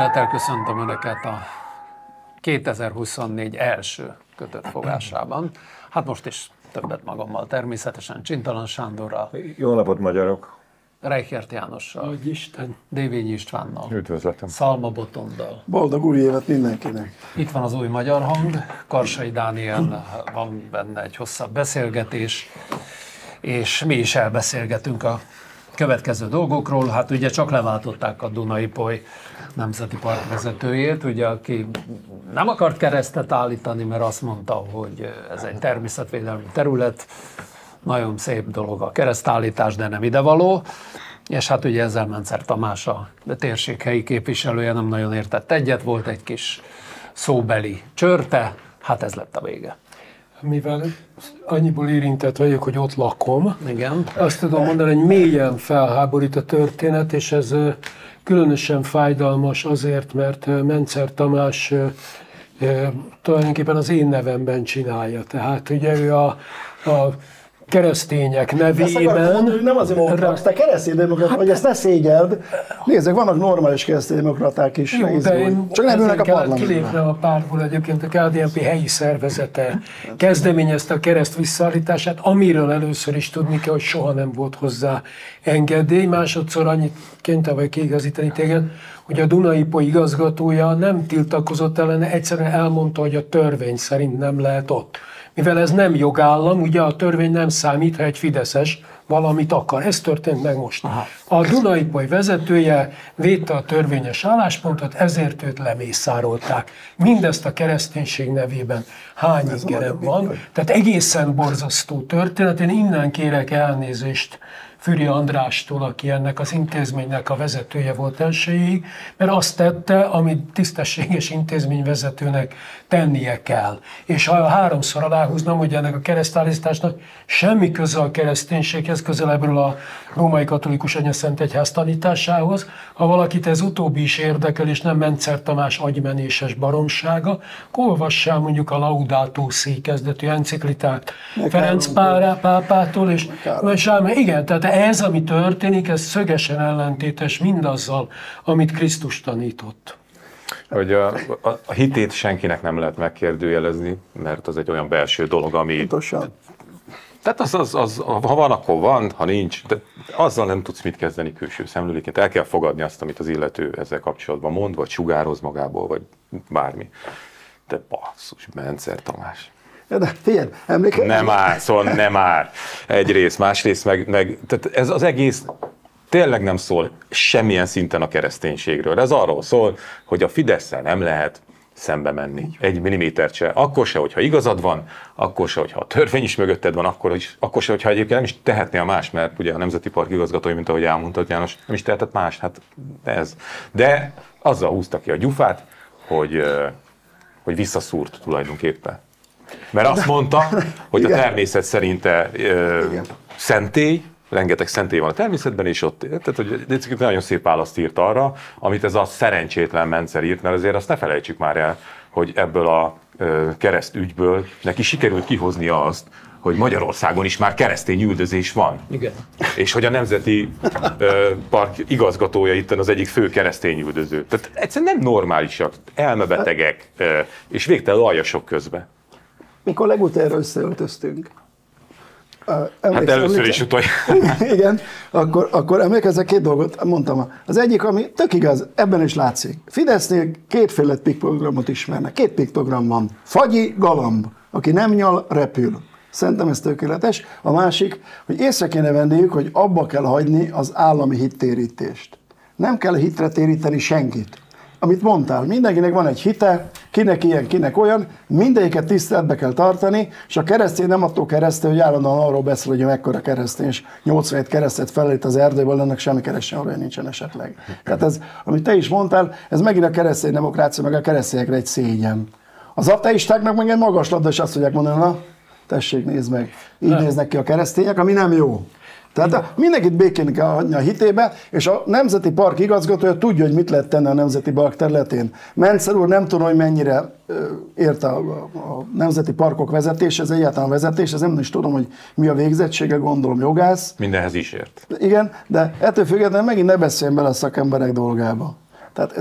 Szeretettel köszöntöm Önöket a 2024 első kötött fogásában. Hát most is többet magammal természetesen, Csintalan Sándorral. Jó napot, magyarok! Reichert Jánossal. Dévényi Istvánnal. Üdvözletem! Szalma Botondal. Boldog új évet mindenkinek! Itt van az új magyar hang, Karsai Dániel, van benne egy hosszabb beszélgetés, és mi is elbeszélgetünk a következő dolgokról. Hát ugye csak leváltották a Duna-Ipoly Nemzeti Park vezetőjét, ugye, aki nem akart keresztet állítani, mert azt mondta, hogy ez egy természetvédelmi terület, nagyon szép dolog a keresztállítás, de nem idevaló. És hát ugye ezzel Mencer Tamás, a térség helyi képviselője nem nagyon értett egyet, volt egy kis szóbeli csörte, hát ez lett a vége. Mivel annyiból érintett vagyok, hogy ott lakom, igen, azt tudom mondani, hogy mélyen felháborít a történet, és ez különösen fájdalmas azért, mert Mencer Tamás tulajdonképpen az én nevemben csinálja. Tehát ugye ő a keresztények nevében... Nem azért mondtam, te kereszténydemokrata vagy, ezt ne szégyeld. Nézzük, vannak normális kereszténydemokraták is. Jó, de én csak nem ülnek a parlamentben. Kilépne a pártból, egyébként a KDNP helyi szervezete kezdeményezte a kereszt visszaállítását, amiről először is tudni kell, hogy soha nem volt hozzá engedély. Másodszor annyit kénytelen vagy kiigazítani téged, hogy a Duna-Ipoly igazgatója nem tiltakozott ellene, egyszerűen elmondta, hogy a törvény szerint nem lehet ott. Mivel ez nem jogállam, ugye a törvény nem számít, ha egy fideszes valamit akar. Ez történt meg most. Aha. A Duna-Ipoly vezetője védte a törvényes álláspontot, ezért őt lemészárolták. Mindezt a kereszténység nevében hány ingerem van. Tehát egészen borzasztó történet. Én innen kérek elnézést Füri Andrástól, aki ennek az intézménynek a vezetője volt elsőjéig, mert azt tette, amit tisztességes intézményvezetőnek tennie kell. És ha háromszor aláhúznom, hogy ennek a keresztállításnak semmi köze a kereszténységhez, közelebbről a római katolikus anyaszent egyház tanításához, ha valakit ez utóbbi is érdekel, és nem Mencer Tamás agymenéses baromsága, akkor olvassál mondjuk a Laudato Si kezdetű enciklitát Ferenc pápától, és igen, tehát ez, ami történik, ez szögesen ellentétes mindazzal, amit Krisztus tanított. Hogy a hitét senkinek nem lehet megkérdőjelezni, mert az egy olyan belső dolog, ami... Pontosan. Tehát ha van, akkor van, ha nincs, de azzal nem tudsz mit kezdeni külső szemlélőként. El kell fogadni azt, amit az illető ezzel kapcsolatban mond, vagy sugároz magából, vagy bármi. De basszus, Mencer Tamás. De figyelj, emlékezz? Nem áll, szóval nem áll. Egyrészt, másrészt meg tehát ez az egész tényleg nem szól semmilyen szinten a kereszténységről. Ez arról szól, hogy a Fidesszel nem lehet szembe menni. Egy millimétert se. Akkor se, hogyha igazad van, akkor se, hogyha a törvény is mögötted van, akkor se, hogyha egyébként nem is tehetné a más, mert ugye a Nemzeti Park igazgatói, mint ahogy elmondtad, János, nem is tehetett más. Hát ez. De azzal húzta ki a gyufát, hogy visszaszúrt tulajdonképpen. Mert azt mondta, hogy a természet szerinte szentély, rengeteg szentély van a természetben, és ott, tehát hogy nagyon szép választ írt arra, amit ez a szerencsétlen Mencer írt, mert azért azt ne felejtsük már el, hogy ebből a keresztügyből neki sikerült kihoznia azt, hogy Magyarországon is már keresztény üldözés van. Igen. És hogy a Nemzeti Park igazgatója itt az egyik fő keresztény üldöző. Tehát egyszerűen nem normálisak, elmebetegek, és végtelen aljasok közben. Mikor legutóbb összeöltöztünk. Hát először is Igen, akkor emlékezzek, két dolgot mondtam. Az egyik, ami tök igaz, ebben is látszik. Fidesznél kétféle piktogrammot ismernek. Két piktogram van. Fagyi, galamb. Aki nem nyal, repül. Szerintem ez tökéletes. A másik, hogy észre kéne venniük, hogy abba kell hagyni az állami hittérítést. Nem kell hitre téríteni senkit. Amit mondtál, mindenkinek van egy hite, kinek ilyen, kinek olyan, mindegyiket tiszteletbe kell tartani, és a keresztény nem attól keresztény, hogy állandóan arról beszél, hogy mekkora keresztény, és 87 keresztet felít az erdőből, ennek semmi keresztény arra nincsen esetleg. Tehát ez, amit te is mondtál, ez megint a keresztény demokrácia, meg a keresztényekre egy szégyen. Az ateistáknak meg egy magas labda, és azt tudják mondani, na, tessék, nézd meg, így néznek ki a keresztények, ami nem jó. Tehát mindenkit békén kell hagyni a hitébe, és a Nemzeti Park igazgatója tudja, hogy mit lehet tenni a Nemzeti Park területén. Mencer úr nem tudom, hogy mennyire ért a Nemzeti Parkok vezetése, ez egyáltalán vezetés, ez nem is tudom, hogy mi a végzettsége, gondolom jogász. Mindenhez is ért. Igen, de ettől függetlenül megint ne beszéljen bele a szakemberek dolgába. Tehát ez egy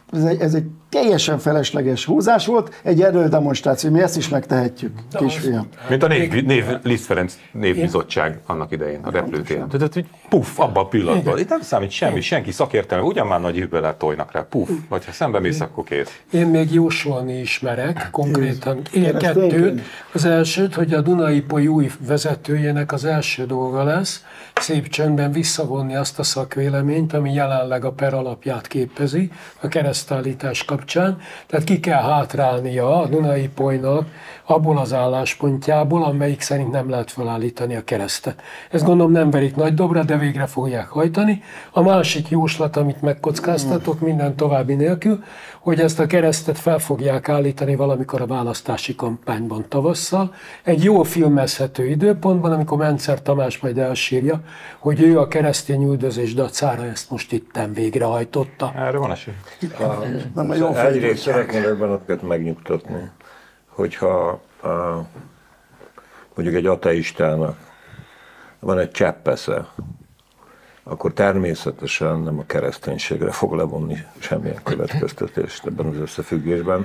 ez egy teljesen felesleges húzás volt, egy erődemonstráció, mi ezt is megtehetjük, kisfiam. Mint a Liszt Ferenc névbizottság annak idején, a repülőtéren. Tehát, hogy puff, abban a pillanatban. Itt nem számít semmi, senki szakértelme, ugyan már nagy hívbele tojnak rá, puff, vagy ha szembe mész, akkor kész. Én még jósolni ismerek, konkrétan. Én kettőt. Az elsőt, hogy a Duna-Ipoly új vezetőjének az első dolga lesz, szép csöndben visszavonni azt a szakvéleményt, ami jelenleg a per alapját képezi a keresztállítás kapcsán. Tehát ki kell hátrálnia a Duna-Ipolynak abból az álláspontjából, amelyik szerint nem lehet felállítani a keresztet. Ezt gondolom nem verik nagy dobra, de végre fogják hajtani. A másik jóslat, amit megkockáztatok minden további nélkül, hogy ezt a keresztet fel fogják állítani valamikor a választási kampányban tavasszal, egy jó filmezhető időpontban, amikor Mencer Tamás majd elsírja, hogy ő a keresztény üldözés dacára ezt most itten végrehajtotta. Erre van esély. Egyrészt szeretném benneteket megnyugtatni, hogyha mondjuk egy ateistának van egy cseppesze, akkor természetesen nem a kereszténységre fog levonni semmilyen következtetést ebben az összefüggésben.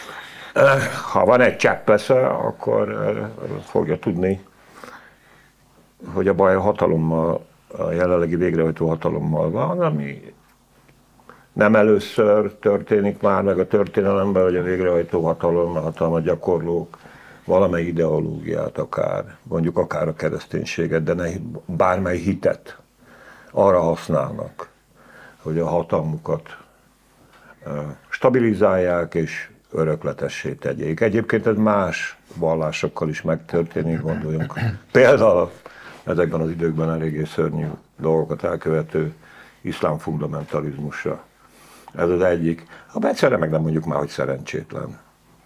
Ha van egy cseppesze, akkor fogja tudni, hogy a baj a hatalommal, a jelenlegi végrehajtó hatalommal van, ami nem először történik már meg a történelemben, hogy a végrehajtó hatalom, a hatalmat gyakorlók valamely ideológiát akár, mondjuk akár a kereszténységet, de bármely hitet arra használnak, hogy a hatalmukat stabilizálják és örökletessé tegyék. Egyébként ez más vallásokkal is megtörténik, gondoljunk. Például ezekben az időkben eléggé szörnyű dolgokat elkövető iszlám fundamentalizmusra. Ez az egyik. Egyszerre meg nem mondjuk már, hogy szerencsétlen.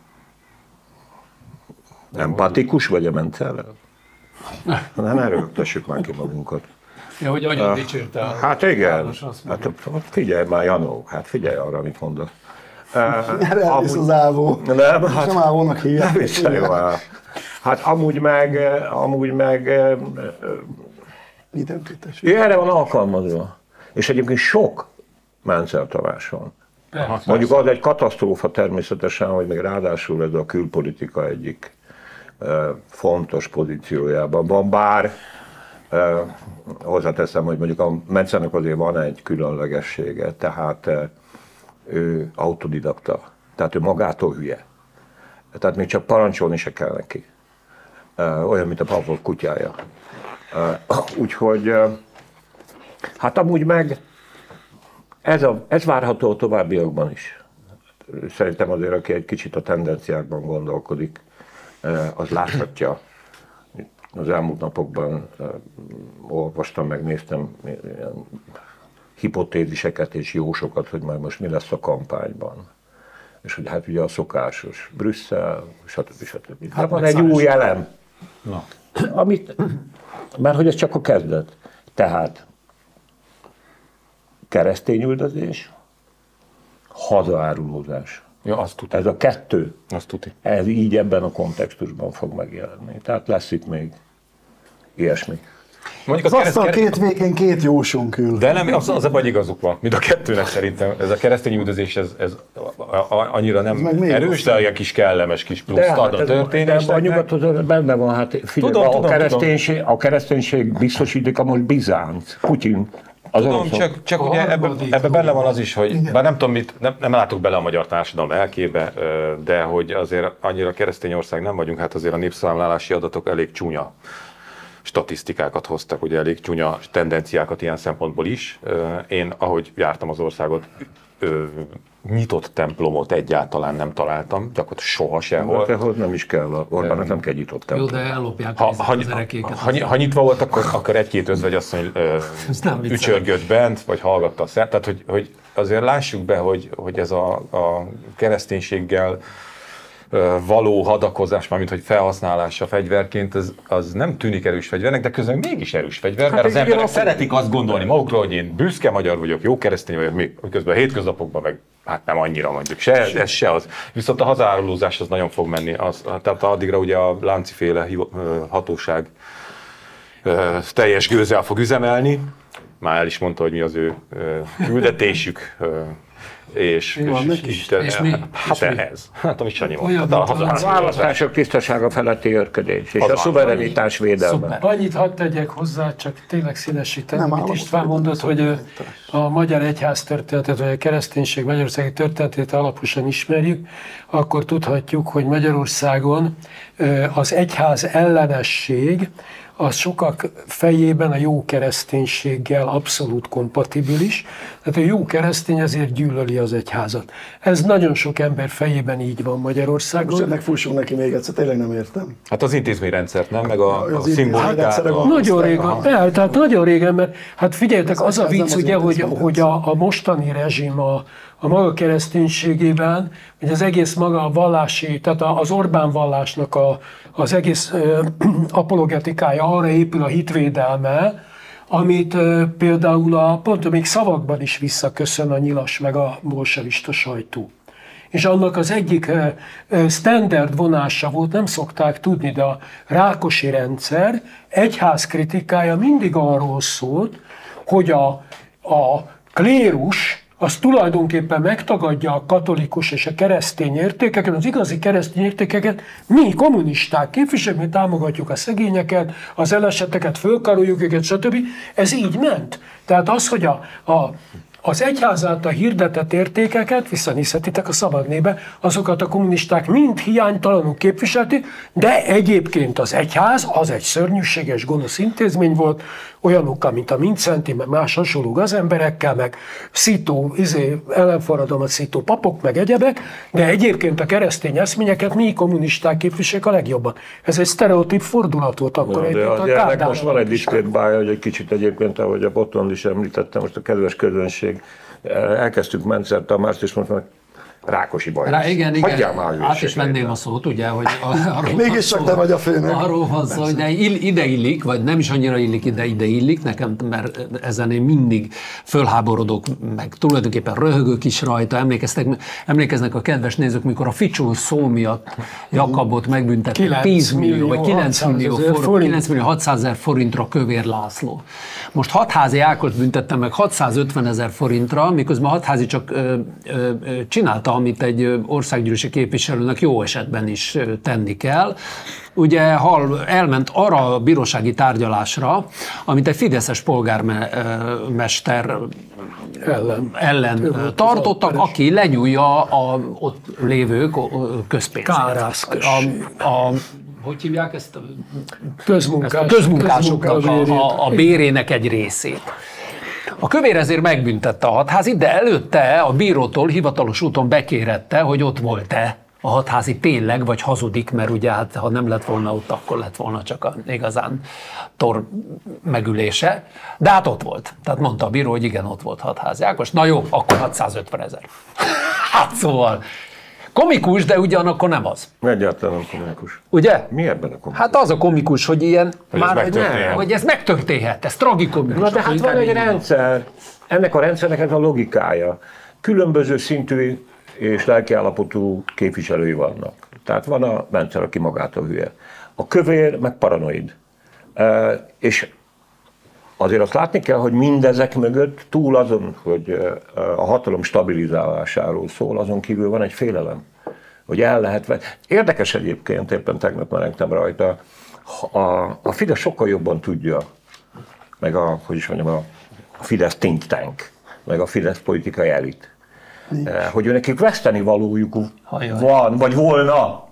Empatikus vagy a Mencerrel? Nem erőltessük már ki magunkat. Ja, hogy nagyon dicsérte a Hát igen. János, azt mondja. Hát figyelj már, Janó, hát figyelj arra, amit mondasz. Erre elvisz az ávó. Nem, hát Nem ávónak hívják. nem visszajön már. Hát amúgy meg Identitás. erre van alkalmazva. És egyébként sok Mencer Tamás van. Mondjuk az egy katasztrófa természetesen, hogy még ráadásul ez a külpolitika egyik fontos pozíciójában van, bár hozzáteszem, hogy mondjuk a Mencernek azért van egy különlegessége, tehát ő autodidakta, tehát ő magától hülye. Tehát még csak parancsolni se kell neki. Olyan, mint a Pavlov kutyája. Úgyhogy, hát amúgy meg ez várható a továbbiakban is. Szerintem azért, aki egy kicsit a tendenciákban gondolkodik, az láthatja. Az elmúlt napokban olvastam, megnéztem ilyen hipotéziseket és jósokat, hogy majd most mi lesz a kampányban. És hogy hát ugye a szokásos Brüsszel, stb. Hát van egy új elem, mert hogy ez csak a kezdet. Tehát keresztényüldözés, hazaárulózás. Ja, azt tuti. Ez a kettő, Azt tuti. ez így ebben a kontextusban fog megjelenni. Tehát lesz itt még ilyesmi. Mondjuk Az asztal két végén két jósunk ül. De nem, az ebben igazuk van, mind a kettőnek szerintem. Ez a keresztény üldözés, ez annyira nem meg még erős, rosszabb. de olyan kis kellemes kis pluszt ad a történésnek. A nyugat benne van, hát figyelj, Tudom, a kereszténység biztosítik a most Bizánc, Putyin. Tudom, csak ugye ebben benne van az is, hogy bár nem tudom mit, nem látok bele a magyar társadalom lelkébe, de hogy azért annyira keresztény ország nem vagyunk, hát azért a népszámlálási adatok elég csúnya statisztikákat hoztak, ugye elég csúnya tendenciákat ilyen szempontból is. Én, ahogy jártam az országot, nyitott templomot egyáltalán nem találtam, gyakorlatilag soha sehol. Ahhoz nem is kell, Orbánnak nem kell nyitott Jó, templom. de ellopják az erekéket. Ha nyitva volt, akkor egy-két özvegyasszony nem viccelek. ücsörgött bent, vagy hallgatta a szert. Tehát, hogy azért lássuk be, hogy ez a kereszténységgel való hadakozás, mármint hogy felhasználása fegyverként, az nem tűnik erős fegyvernek, de közben mégis erős fegyver, mert az emberek szeretik azt gondolni magukról, hogy én büszke magyar vagyok, jó keresztény vagyok, még közben a hétköznapokban meg hát nem annyira mondjuk, ez se az. Viszont a hazárulózás az nagyon fog menni, tehát addigra ugye a Lánci-féle hatóság teljes gőzzel fog üzemelni, már el is mondta, hogy mi az ő küldetésük, és van neki? És mi? Hát És mi? ehhez. Hát amit Sanyi Olyan, mondta. mint A választások tisztasága feletti őrködés és Az a van. szuverenitás védelme. Szuper. Annyit hadd tegyek hozzá, csak tényleg színesíteni, Nem amit államos István mondott, hogy a magyar egyház történetet, vagy a kereszténység magyarországi történetét alaposan ismerjük, akkor tudhatjuk, hogy Magyarországon az egyház ellenesség az sokak fejében a jó kereszténységgel abszolút kompatibilis, tehát a jó keresztény ezért gyűlöli az egyházat. Ez nagyon sok ember fejében így van Most Magyarországon. ennek fussunk neki még egyszer, tényleg nem értem. Hát az intézményrendszert, nem? Meg a Az szimbolikát. intézményrendszerek a- Nagyon régen, tehát nagyon régen, mert hát figyeljetek, az a ez nem vicc az ugye, intézmény hogy a mostani rezsim a maga kereszténységében, hogy az egész maga a vallási, tehát az Orbán vallásnak az egész apologetikája arra épül a hitvédelme, amit például pont még szavakban is visszaköszön a nyilas meg a bolsevista sajtó. És annak az egyik standard vonása volt, nem szokták tudni, de a Rákosi rendszer egyház kritikája mindig arról szólt, hogy a klérus az tulajdonképpen megtagadja a katolikus és a keresztény értékeket, az igazi keresztény értékeket mi kommunisták képviseljük, mi támogatjuk a szegényeket, az elesetteket, fölkaroljuk őket, stb. Ez így ment. Tehát az, hogy az egyház által hirdetett értékeket, visszanézhetitek a szabad nébe, azokat a kommunisták mind hiánytalanul képviselték, de egyébként az egyház az egy szörnyűséges, gonosz intézmény volt, olyanokkal, mint a Mindszenty, meg más hasonló gazemberekkel, meg szító, ellenforradalmat szító papok, meg egyebek, de egyébként a keresztény eszményeket mi kommunisták képviseljük a legjobban. Ez egy sztereotíp fordulat volt akkor. De egyébként a gyermek most van egy diszkrét bája, hogy egy kicsit egyébként, ahogy a Botond is említette, most a kedves közönség, elkezdtük Mencer Tamást, és most már Rákosi baj. Igen, Hagyjál már át is hülyeséget. venném a szót, ugye, hogy Mégis csak te vagy a főnök. Arról van szó, hogy de ide illik, vagy nem is annyira illik, ide illik nekem, mert ezen én mindig fölháborodok, meg tulajdonképpen röhögök is rajta. Emlékeznek a kedves nézők, mikor a Ficsó szó miatt Jakabot megbüntettek 9 10 millió, vagy 9 600 millió, ezer forint. 9 millió 600 000 forintra Kövér László. Most Hatházi Ákost büntettem meg 650 000 forintra, miközben Hatházi csak csinálta, amit egy országgyűlési képviselőnek jó esetben is tenni kell. Ugye elment arra a bírósági tárgyalásra, amit egy fideszes polgármester ellen tartottak, aki lenyúlja a ott lévők közpénzét. Kárászkösség. Hogy hívják ezt? Közmunkás, A közmunkásoknak bérét. a bérének egy részét. A Kövér ezért megbüntette a Hatházit, de előtte a bírótól hivatalos úton bekérette, hogy ott volt-e a Hatházi tényleg, vagy hazudik, mert ugye hát, ha nem lett volna ott, akkor lett volna csak a igazán tor megülése. De hát ott volt. Tehát mondta a bíró, hogy igen, ott volt Hatházi Ákos. Na jó, akkor 650 000. Hát szóval komikus, de ugyanakkor nem az. Egyáltalán nem komikus. Ugye? Mi ebben a komikus? Hát az a komikus, hogy ilyen, Hogy ez már megtörténhet. hogy ez megtörténhet, ez tragikomikus. Na de hát van egy rendszer, ennek a rendszernek ez a logikája. Különböző szintű és lelkiállapotú képviselői vannak. Tehát van a rendszer, aki magától hülye. A Kövér meg paranoid. És azért azt látni kell, hogy mindezek mögött túl azon, hogy a hatalom stabilizálásáról szól, azon kívül van egy félelem, hogy el lehet venni. Érdekes egyébként, éppen tegnap merengtem rajta, a Fidesz sokkal jobban tudja, meg a Fidesz think tank, meg a Fidesz politikai elit, hogy nekik veszteni valójuk van, vagy volna.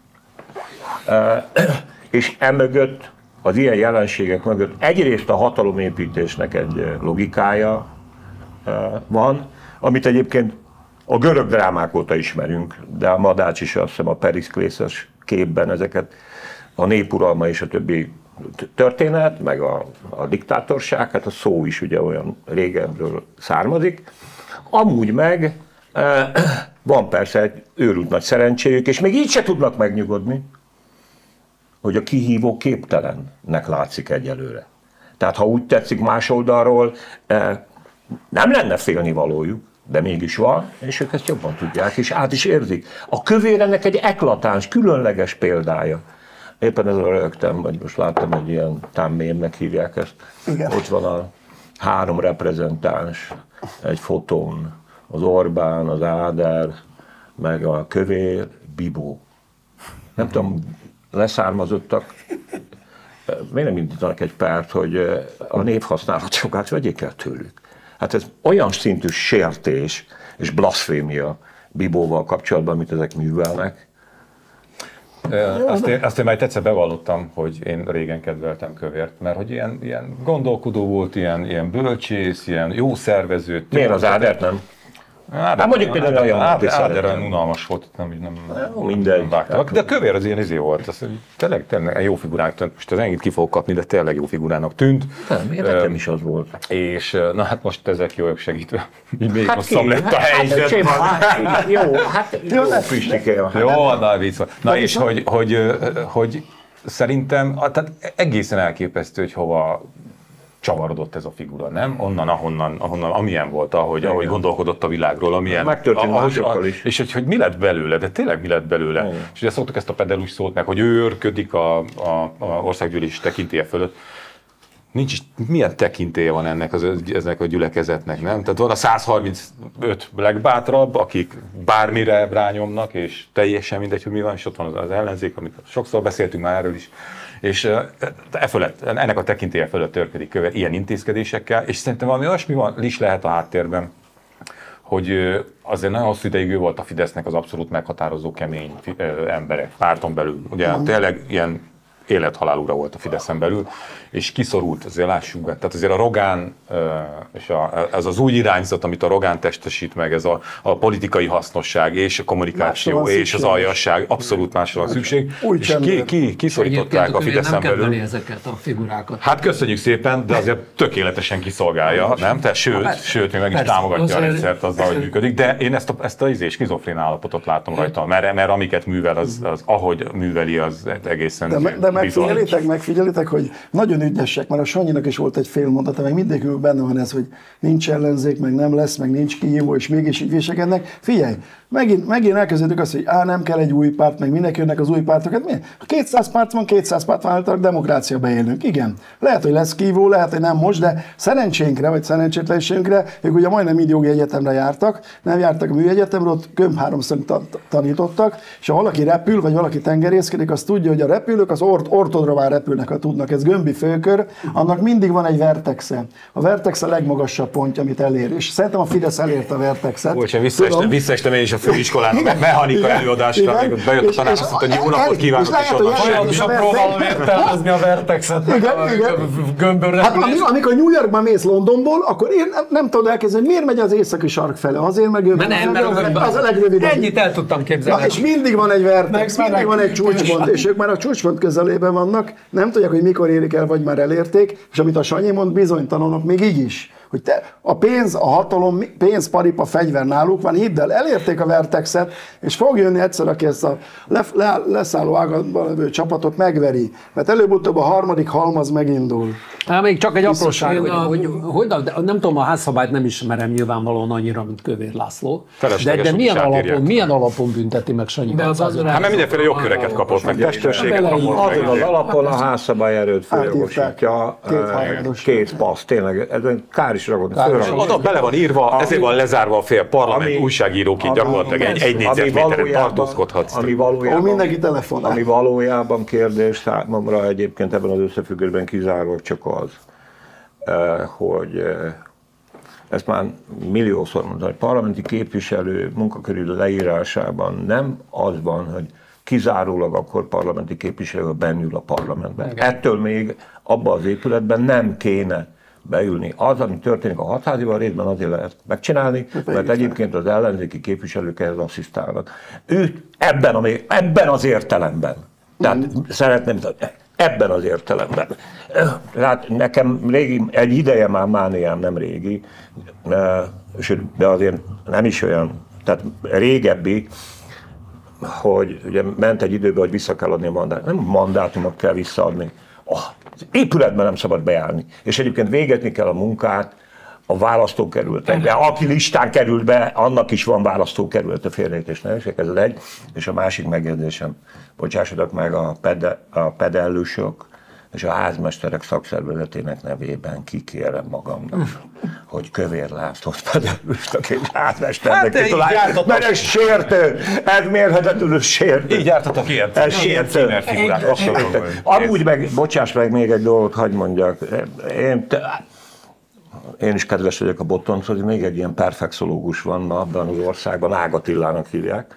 És emögött, az ilyen jelenségek mögött egyrészt a hatalomépítésnek egy logikája van, amit egyébként a görög drámák óta ismerünk, de a Madács is azt hiszem a Periszklészes képben ezeket a népuralma és a többi történet, meg a diktátorság, hát a szó is ugye olyan régenről származik. Amúgy meg van persze egy őrült nagy szerencséjük, és még így se tudnak megnyugodni, hogy a kihívó képtelennek látszik egyelőre. Tehát ha úgy tetszik más oldalról, nem lenne félnivalójuk, de mégis van, és ők ezt jobban tudják, és át is érzik. A Kövér ennek egy eklatáns, különleges példája. Éppen ezzel rögtem, vagy most láttam egy ilyen támmémnek hívják ezt. Igen. Ott van a 3 reprezentáns egy fotón, az Orbán, az Áder, meg a Kövér, Bibó. Nem tudom, leszármazottak, miért nem indítanak egy párt, hogy a névhasználat jogát vegyék el tőlük? Hát ez olyan szintű sértés és blaszfémia Bibóval kapcsolatban, amit ezek művelnek. Azt én már egyszer bevallottam, hogy én régen kedveltem Kövért, mert hogy ilyen gondolkodó volt, ilyen bölcsész, ilyen jó szervező. Miért az Ádert nem? Hát mondjuk például olyan Áder olyan unalmas volt, nem mindegy. vágtak. De a Kövér az ilyen volt, az, tényleg jó figurának tűnt. Most az ennyit ki fogok kapni, de tényleg jó figurának tűnt. Nem, én nekem is az volt. És na hát most ezek jól segítve, így még rosszabb lett a helyzet. Jó, Pistike. Jó, na vicc van. Na és hogy szerintem, tehát egészen elképesztő, hogy hova csavarodott ez a figura, nem? Onnan, ahonnan amilyen volt, ahogy gondolkodott a világról, amilyen... Megtörtént másokkal is. És hogy mi lett belőle, de tényleg mi lett belőle. Igen. És ugye szoktuk ezt a pedelus szót meg, hogy ő őrködik a országgyűlés tekintélye fölött. Nincs is, milyen tekintélye van ennek a gyülekezetnek, nem? Tehát van a 135 legbátrabb, akik bármire rányomnak, és teljesen mindegy, hogy mi van, és ott van az ellenzék, amit sokszor beszéltünk már erről is. És ennek a tekintélye fölött törködik Kövér ilyen intézkedésekkel, és szerintem valami olyasmi is lehet a háttérben, hogy azért nagyon hosszú ideig ő volt a Fidesznek az abszolút meghatározó kemény embere párton belül. Ugye tényleg ilyen élethalálúra volt a Fideszen belül, és kiszorult, azért lássuk be. Tehát azért a Rogán, és ez az új irányzat, amit a Rogán testesít meg, ez a politikai hasznosság, és a kommunikáció, és az aljasság, abszolút másra van szükség. És kiszorították a Fideszen belül. Nem ezeket a figurákat. Hát köszönjük szépen, de azért tökéletesen kiszolgálja, nem? Tehát sőt, még meg is támogatja a rendszert azzal, hogy működik. De én ezt a skizofrén állapotot látom rajta, mert amiket művel, az ahogy műveli, az egészen megfigyelitek, hogy nagyon ügyesek, mert a Sanyinak is volt egy fél mondata, meg mindegyikük benne van ez, hogy nincs ellenzék, meg nem lesz, meg nincs kihívó, és mégis így viselkednek. Figyelj, megint elkezdődük azt, hogy nem kell egy új párt, meg mindenki jönnek az új pártokat. Mi? Ha 200 párt van, 200 párt van, általában demokráciába élünk. Igen. Lehet, hogy lesz kihívó, lehet, hogy nem most, de szerencsénkre, vagy szerencsétlenségünkre, ők ugye majdnem mind jogi egyetemre jártak, nem jártak a műegyetemre, ott kömb 300 tanítottak, és ha valaki repül, vagy valaki tengerészkedik, az tudja, hogy a repülők az ortodrován repülnek, ha tudnak. Ez gömbi főkör, annak mindig van egy vertexe. A vertex a legmagasabb pontja, amit elér. És szerintem a Fidesz elérte a vertexet. Bocsánat, visszaestem én is a főiskolán, a mechanika előadásra, még ott bejött a tanár, azt mondta, hogy jó napot kívánok, és onnan folyamatosan próbálom értelmezni a vertexet. Gömbön repülés. Hát amikor New Yorkban mész Londonból, akkor én nem tudom elképzelni, miért megy az északi sark fele. Azért meg az a legrövidebb. Ennyit el tudtam képzelni. És mindig van egy vertex, mindig van egy csúcspont, és ők már a csúcspont közelében vannak, nem tudják, hogy mikor érik el, vagy már elérték, és amit a Sanyi mond, bizonytalanok még így is. Hogy a pénz, a hatalom, pénz, paripa, fegyver náluk van, hidd el, elérték a vertexet, és fog jönni egyszer, aki ezt a leszálló ágában levő csapatot megveri, mert előbb-utóbb a harmadik halmaz megindul. Még csak egy apróság, hogy nem tudom, a házszabályt nem ismerem nyilvánvalóan annyira, mint Kövér László, de milyen alapon bünteti meg Sanyi Gácázot? Hát mert mindenféle jogköreket kapott, meg testőrséget kapott. Azon az alapon a házszabály erőt fölgyorsítja, két passz, tényleg, ez kár is ragad. Oda bele van írva, ezért van lezárva a fél parlament, újságíróként gyakorlatilag egy négyzetméteren tartózkodhatsz. Ami valójában kérdés számomra egyébként ebben az összefüggésben kizárólag csak az, hogy ezt már milliószor mondtam, hogy parlamenti képviselő munkakörül leírásában nem az van, hogy kizárólag akkor parlamenti képviselő bennül a parlamentben. Igen. Ettől még abban az épületben nem kéne beülni. Az, ami történik a hatházival, részben azért lehet megcsinálni, mert egyébként az ellenzéki képviselők ehhez asszisztálnak. Őt ebben az értelemben. Tehát szeretném, ebben az értelemben. Hát nekem régi, egy ideje már mániám, nem régi, de azért nem is olyan, tehát régebbi, hogy ugye ment egy időben, hogy vissza kell adni a mandátumot. Nem mandátumot kell visszaadni. Az épületben nem szabad bejárni. És egyébként végezni kell a munkát a választókerületekbe. Aki listán került be, annak is van választókerülete, félreértés ne esek, ez az egy. És a másik megjegyzésem, bocsássatok meg a pedellősök, és a házmesterek szakszervezetének nevében kikérem magamnak, hogy Kövér Lászlót pedagógusnak és házmesternek kitolálják, mert ez sértő, ez mérhetetlenül sértő. Így jártatok ilyet. Ez sértő. Amúgy meg, bocsáss meg, még egy dolgot hadd mondjak. Én is kedves vagyok a Bottonchoz, még egy ilyen perfexológus van ma abban az országban, Ág Attilának hívják.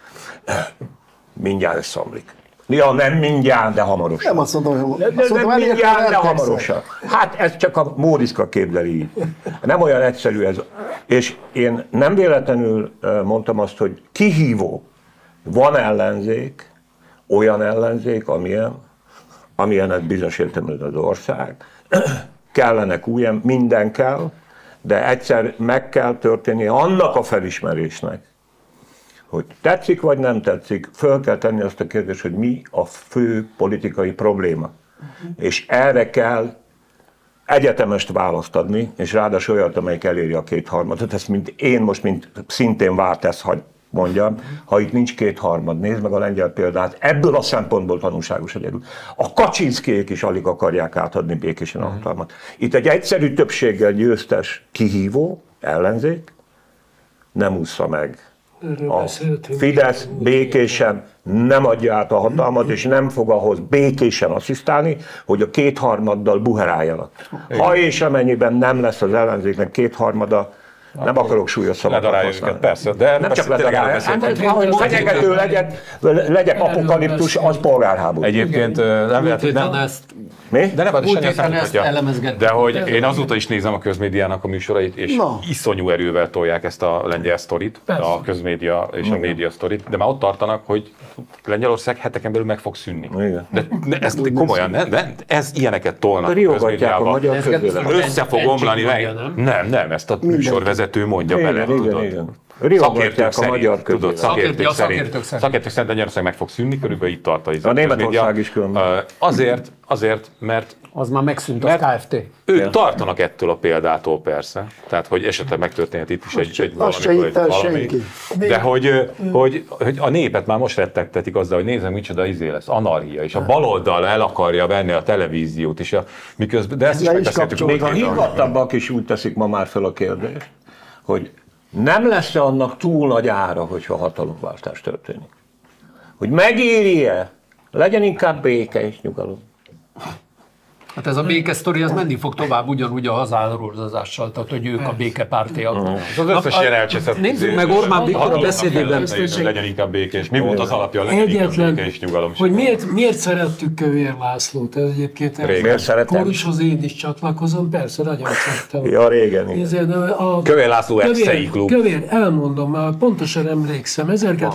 Mindjárt összeomlik. Ja, nem mindjárt, de hamarosan. Nem azt mondom, hogy Nem mindjárt, de hamarosan. Hát ez csak a Móriczka képzeli így. Nem olyan egyszerű ez. És én nem véletlenül mondtam azt, hogy kihívó. Van ellenzék, olyan ellenzék, amilyenet bizonyos értelemben az ország. Kellenek új, minden kell, de egyszer meg kell történnie annak a felismerésnek, hogy tetszik vagy nem tetszik, föl kell tenni azt a kérdést, hogy mi a fő politikai probléma. És erre kell egyetemest választ adni, és ráadásul olyat, amelyik eléri a kétharmadot. Ezt én most, mint szintén várt ezt, hogy mondjam, ha itt nincs kétharmad, nézd meg a lengyel példát, ebből a szempontból tanulságos egyedül. A Kaczynszkijék is alig akarják átadni békésen a hatalmat. Itt egy egyszerű többséggel győztes kihívó, ellenzék, nem ússza meg. A Fidesz békésen nem adja át a hatalmat, és nem fog ahhoz békésen asszisztálni, hogy a kétharmaddal buheráljanak. Ha és amennyiben nem lesz az ellenzéknek kétharmada, nem akarok súlyos szavakat használni. Persze, de nem csak ledarálni. Fenyegető legyek apokaliptus, az polgárháború. Egyébként nem lehet, ezt Mi? de nem, múlt héten ezt elemezgettük. de hogy én azóta is nézem a közmédiának a műsorait, és Na. iszonyú erővel tolják ezt a lengyel sztorit, a közmédia és a média sztorit, de már ott tartanak, hogy Lengyelország heteken belül meg fog szűnni. Igen. De ezt komolyan, ez ilyeneket tolnak a Riogatják a közmédiába. magyar közvéleményt. Össze fog omlani meg. Nem, ezt a műsorvezető mondja bele, tudod. Riogatják a magyar tudod, közvéleményt. szakértők szerint Lengyelország meg fog szűnni, körülbelül itt tart A Németország is különben. Azért, mert az már megszűnt a KFT. ők tartanak ettől a példától persze, tehát hogy esetleg megtörténhet itt is egy azt se valami, hitt el senki. de hogy a népet már most rettegtetik azzal, hogy nézem, micsoda izé lesz, anarchia, és a baloldal el akarja venni a televíziót, és miközben, de ezt is Le is megbeszéltük. Még a higgadtabbak is úgy teszik ma már fel a kérdést, hogy nem lesz-e annak túl nagy ára, hogyha hatalomváltás történik? Hogy megéri-e? Legyen inkább béke és nyugalom. Hát ez a békesztori, ez menni fog tovább ugyanúgy a hazározással, tehát hogy ők a békepártiak. Az összes ilyen elcseszett. Nézzük meg Orbán Viktor a beszédében. Legyen inkább békés. Mi volt az alapja? Legyen inkább Egyetlen, béke és nyugalom. hogy miért szerettük Kövér Lászlót? Ez egyébként Miért szeretem? kórushoz én is csatlakozom, persze, nagyon szerettem. Ja, régen. Igen. Nézd, Kövér László Epszei klub. Kövér, elmondom, mert pontosan emlékszem,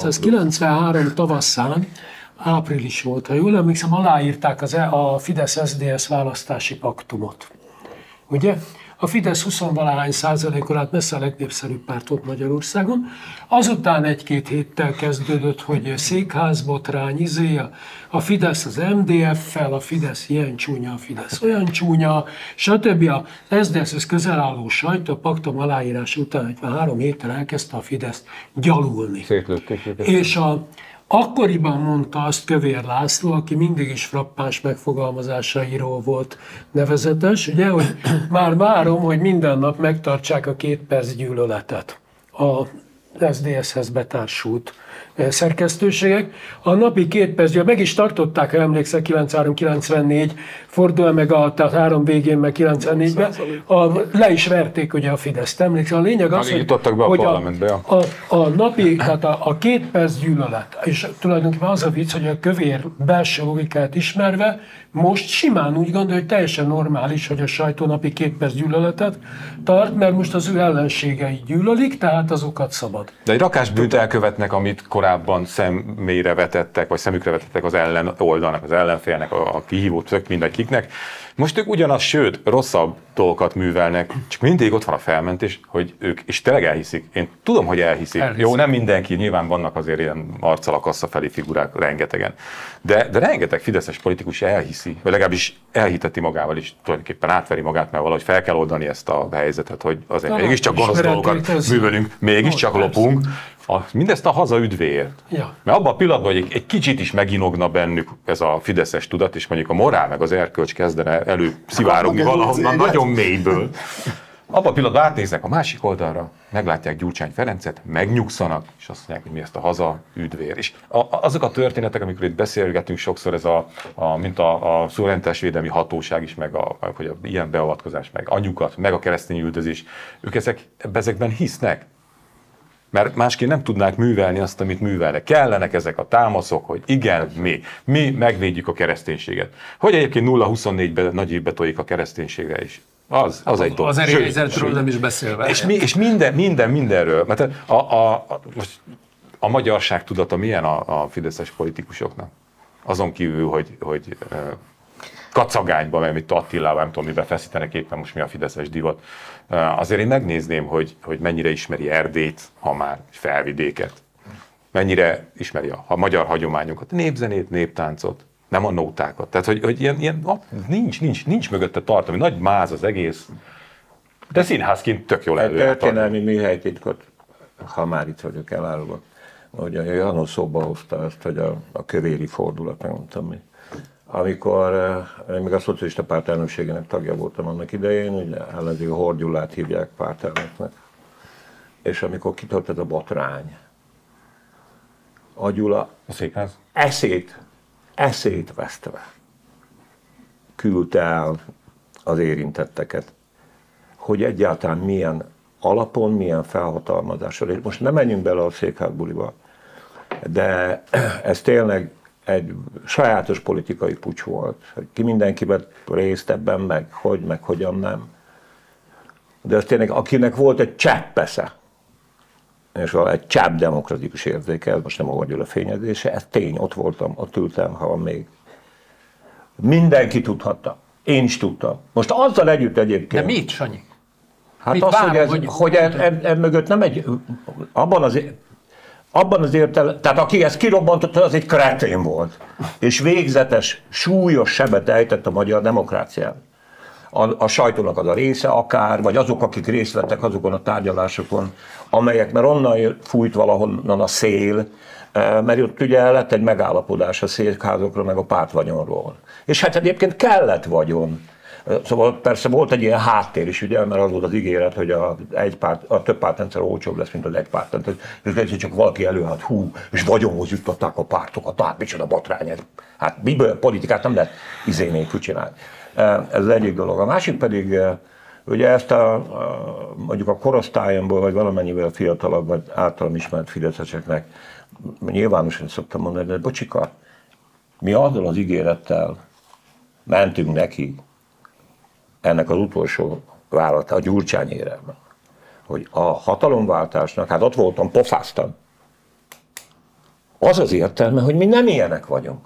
1993 tavaszán, április volt, ha jól emlékszem, aláírták a Fidesz-SZDSZ választási paktumot. Ugye? A Fidesz 20-valahány százalékon át messze a legnépszerűbb párt volt Magyarországon. Azután egy-két héttel kezdődött, hogy székházbotrány, a Fidesz az MDF-fel, a Fidesz ilyen csúnya, a Fidesz olyan csúnya, stb. Az SZDSZ-hez közel álló sajtó a paktum aláírása után 3 héttel elkezdte a Fideszt gyalulni. Szétlőtték őket. És akkoriban mondta azt Kövér László, aki mindig is frappáns megfogalmazásairól volt nevezetes, ugye, hogy már várom, hogy minden nap megtartsák a 2 perc gyűlöletet a SZDSZ-hez betársult szerkesztőségek. A napi 2 perc, meg is tartották, ha emlékszel, 93-94, fordul meg tehát 3 végén, meg 94-ben, le is verték ugye a Fideszt, emlékszel. A lényeg az, hogy a napi, tehát a 2 perc gyűlölet, és tulajdonképpen az a vicc, hogy a Kövér belső logikát ismerve, most simán úgy gondolja, hogy teljesen normális, hogy a sajtó napi 2 perc gyűlöletet tart, mert most az ő ellenségei gyűlölik, tehát azokat szabad. De egy rakásbűnt elkövetnek, amit korábban szemére vetettek, vagy szemükre vetettek az ellen oldalnak, az ellenfélnek, a kihívót, tök mindegy kiknek. Most ők ugyanaz, sőt, rosszabb dolgokat művelnek, csak mindig ott van a felmentés, hogy ők, és tényleg elhiszik. Én tudom, hogy elhiszik. Jó, nem mindenki, nyilván vannak azért ilyen arccal a kassa felé figurák rengetegen. De rengeteg fideszes politikus elhiszi, vagy legalábbis elhiteti magával is, tulajdonképpen átveri magát, mert valahogy fel kell oldani ezt a helyzetet, hogy azért mégiscsak gonosz dolgokat művelünk, mégiscsak lopunk, Mindezt a haza üdvéért. Ja. Mert abban a pillanatban, hogy egy kicsit is meginogna bennük ez a fideszes tudat, és mondjuk a morál meg az erkölcs kezdene előszivárogni valahonnan nagyon mélyből, abban a pillanatban átnéznek a másik oldalra, meglátják Gyurcsány Ferencet, megnyugszanak, és azt mondják, hogy mi ezt a haza üdvér. És azok a történetek, amikor itt beszélgetünk sokszor, ez mint a szuverenitásvédelmi hatóság is, meg hogy ilyen beavatkozás, meg anyukat, meg a keresztény üldözés, ők ezekben hisznek. Mert másként nem tudnák művelni azt, amit művelnek. Kellenek ezek a támaszok, hogy igen, mi megvédjük a kereszténységet. Hogy egyébként 0-24-ben nagy évbe tojik a kereszténységre is. Az egy dolog. Az erényhelyzetről nem is beszélve. És mindenről. Mert most a magyarság tudata milyen a fideszes politikusoknak? Azon kívül, hogy kacagányba, mert mit Attilával, nem tudom, miben feszítenek éppen most mi a fideszes divat. Azért én megnézném, hogy mennyire ismeri Erdélyt, ha már Felvidéket. Mennyire ismeri a magyar hagyományokat, népzenét, néptáncot, nem a nótákat. Tehát, hogy ilyen nincs mögötte tartalmi, nagy máz az egész, de színházként tök jól elő. Történelmi műhelytitkot, ha már itt vagyok, elárulok. Ugye János szóba hozta ezt, hogy a kövéri fordulat, nem mondtam mi. Amikor én még a Szocialista Párt elnökségének tagja voltam annak idején, ugye ellenzéki Horn Gyulát hívják pártelnöknek, és amikor kitört ez a botrány, a Gyula A székház? eszét vesztve küldte el az érintetteket, hogy egyáltalán milyen alapon, milyen felhatalmazással. Most nem menjünk bele a székházbuliba, de ez tényleg egy sajátos politikai puccs volt. Ki mindenki vett részt ebben, meg hogyan nem. De ez tényleg, akinek volt egy csepp esze, és egy csepp demokratikus érzéke, ez most nem a Horn Gyula fényezése, ez tény, ott voltam, ott ültem, ha van még. Mindenki tudhatta. Én is tudtam. Most azzal együtt egyébként... De mit, Sanyi? Hát mit az, várom, hogy mögött nem egy... Abban az értelemben, tehát aki ezt kirobbantotta, az egy kretén volt. És végzetes, súlyos sebet ejtett a magyar demokrácián. A sajtónak az a része akár, vagy azok, akik részt vettek azokon a tárgyalásokon, mert onnan fújt valahonnan a szél, mert ott ugye lett egy megállapodás a székházokról, meg a pártvagyonról. És hát egyébként kellett vagyon. Szóval persze volt egy ilyen háttér is, ugye, mert az volt az ígéret, hogy a több pártrendszer olcsóbb lesz, mint az egy pártrendszer. És egyszer csak valaki előállt, és vagyonhoz juttatták a pártokat, hát micsoda botrány. Hát miből politikát nem lehet nélkül csinálni. Ez az egyik dolog. A másik pedig, ugye ezt mondjuk a korosztályomból, vagy valamennyivel fiatalabb, vagy általam ismert fideszeseknek nyilvánosan szoktam mondani, de bocsika, mi azzal az ígérettel mentünk neki, ennek az utolsó vállalata, a Gyurcsányére, hogy a hatalomváltásnak, hát ott voltam, pofáztam. Az az értelme, hogy mi nem ilyenek vagyunk.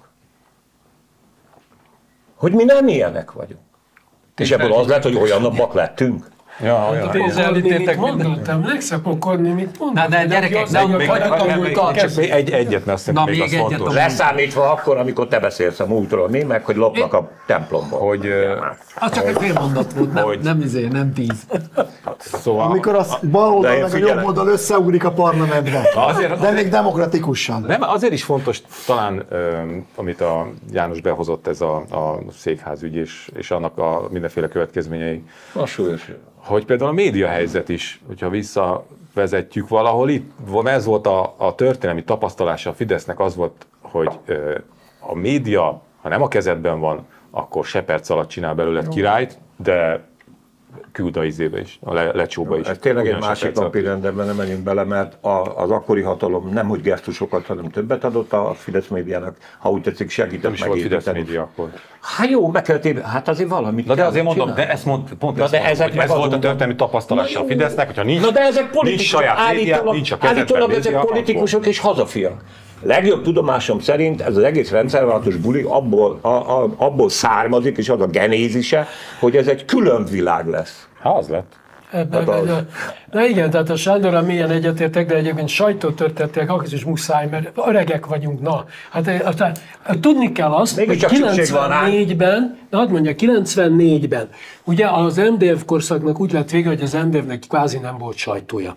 Hogy mi nem ilyenek vagyunk. És ebből az lett, hogy olyanabbak lettünk. Ja, olyan. Mit mondott? Emlékszem, Pokorni mit mondott? Na de gyerekek, Egyet veszek, Na, még még az egyet fontos. a- Leszámítva akkor, amikor te beszélsz a múltról, mi meg, hogy lopnak a templomból. Hogy, Az csak egy fél mondat volt, nem 10. szóval, Amikor a bal oldal De én meg a figyelek. jobb oldal összeugrik a parlamentbe. De még demokratikusan. nem, azért is fontos talán, amit a János behozott, ez a székházügy és annak a mindenféle következményei, A súlyos. hogy például a médiahelyzet is, hogyha visszavezetjük valahol itt, ez volt a történelmi tapasztalása a Fidesznek, az volt, hogy a média, ha nem a kezedben van, akkor se perc alatt csinál belőle királyt, de küld a izébe is, a lecsóba is. Ez tényleg egy Ugyan se másik perc alatt. napi rendben, nem menjünk bele, mert az akkori hatalom nem hogy gesztusokat, hanem többet adott a Fidesz médiának, ha úgy tetszik, segített Nem is volt Fidesz megépíteni. média akkor. Hát jó, meg kell téve, hát azért valamit Na de kell azért mondom, csinálni. de ezt pont Na ezt de mondom, ezek hogy meg ez volt a azonban- történelmi tapasztalása a Fidesznek, hogyha nincs, Na de ezek nincs politikusok, saját média, nincs a kezedben állítólag ezek média, politikusok és hazafiak. Legjobb tudomásom szerint ez az egész rendszerváltós buli abból származik, és az a genézise, hogy ez egy külön világ lesz. akkor az lett. Na igen, tehát a Sándorral milyen egyetértek, de egyébként sajtótörténetek, akkor is muszáj, mert öregek vagyunk, na. Hát aztán tudni kell azt, hogy Mégiscsak szükség van rá. 94-ben, na hadd mondja, 94-ben, ugye az MDF korszaknak úgy lett vége, hogy az MDF-nek kvázi nem volt sajtója.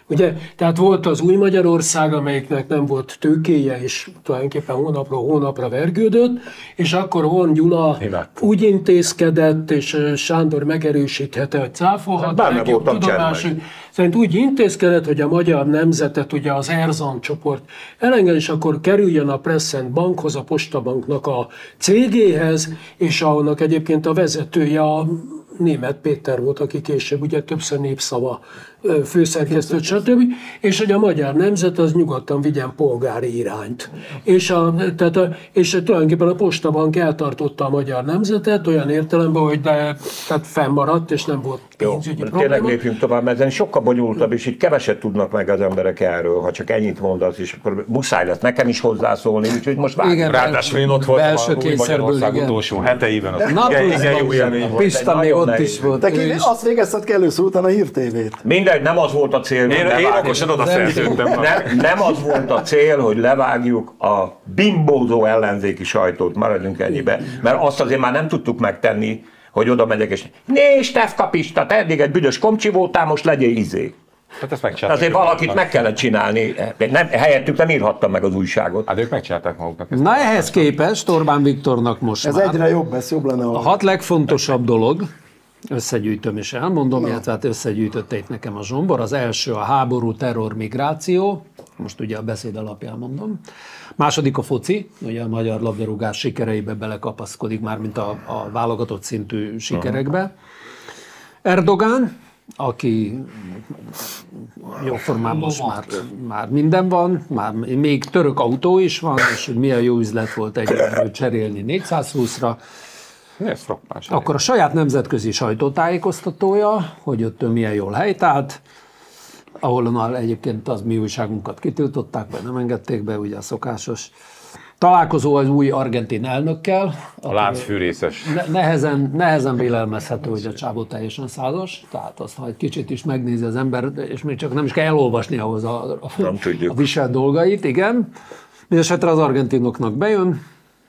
Ugye, tehát volt az új Magyarország, amelyiknek nem volt tőkéje, és tulajdonképpen hónapról hónapra vergődött, és akkor Horn Gyula úgy intézkedett, és Sándor megerősíthette, hogy cáfolhat, Bármely voltam tudomású, szerint úgy intézkedett, hogy a magyar nemzetet, ugye az Erzan csoport elenged, és akkor kerüljön a Presszent Bankhoz, a Postabanknak a cégéhez, és annak egyébként a vezetője a Németh Péter volt, aki később ugye többször Népszava főszerkesztő, stb. És hogy a magyar nemzet az nyugodtan vigyen polgári irányt. És tulajdonképpen a Postabank eltartotta a magyar nemzetet olyan értelemben, hogy tehát fennmaradt, és nem volt pénzügyi probléma. Tényleg lépjünk tovább, mert ezen sokkal bonyolultabb, és itt keveset tudnak meg az emberek erről, ha csak ennyit mondasz, és akkor muszáj lesz nekem is hozzászólni, úgyhogy most vágjunk. Igen, Ráadásul én ott voltam belső a új kényszerből, Magyarország igen. utolsó heteiben. Az Igen, jó élmény volt. Pista még nagyon ott nehéz. is volt. Te ő is. azt végezted ki először utána a hírtévét. Mindegy, nem az volt a cél, hogy Én levágjuk. okosan oda szerződtem. Nem az volt a cél, hogy levágjuk a bimbózó ellenzéki sajtót, maradjunk ennyibe, mert azt azért már nem tudtuk megtenni, hogy oda megyek és nézd, Tefkapista, te eddig egy büdös komcsi voltál, most legyél izé. Hát ezt megcsinálták. Azért valakit meg kellett csinálni, helyettük nem írhattam meg az újságot. Hát ők megcsinálták maguknak. Na ehhez képest Orbán Viktornak most Ez már egyre jobb, ez jobb lenne. a 6 legfontosabb dolog, összegyűjtöm és elmondom, illetve hát összegyűjtötte itt nekem a Zsombor. Az első a háború, terror, migráció, most ugye a beszéd alapján mondom. Második a foci, ugye a magyar labdarúgás sikereibe belekapaszkodik, mármint a válogatott szintű sikerekbe. Erdogán, aki jóformán most már minden van, már még török autó is van, és hogy milyen jó üzlet volt egyről cserélni 420-ra. Ez frappáns. Akkor a saját nemzetközi sajtótájékoztatója, hogy ott milyen jól helytált, ahol egyébként az mi újságunkat kitiltották, vagy nem engedték be, ugye a szokásos találkozó az új argentin elnökkel. A láncfűrészes. Nehezen vélelmezhető, hogy a csávó teljesen százas, tehát azt, ha egy kicsit is megnézi az ember, és még csak nem is kell elolvasni ahhoz a viselt dolgait, igen. Mindenesetre az argentinoknak bejön,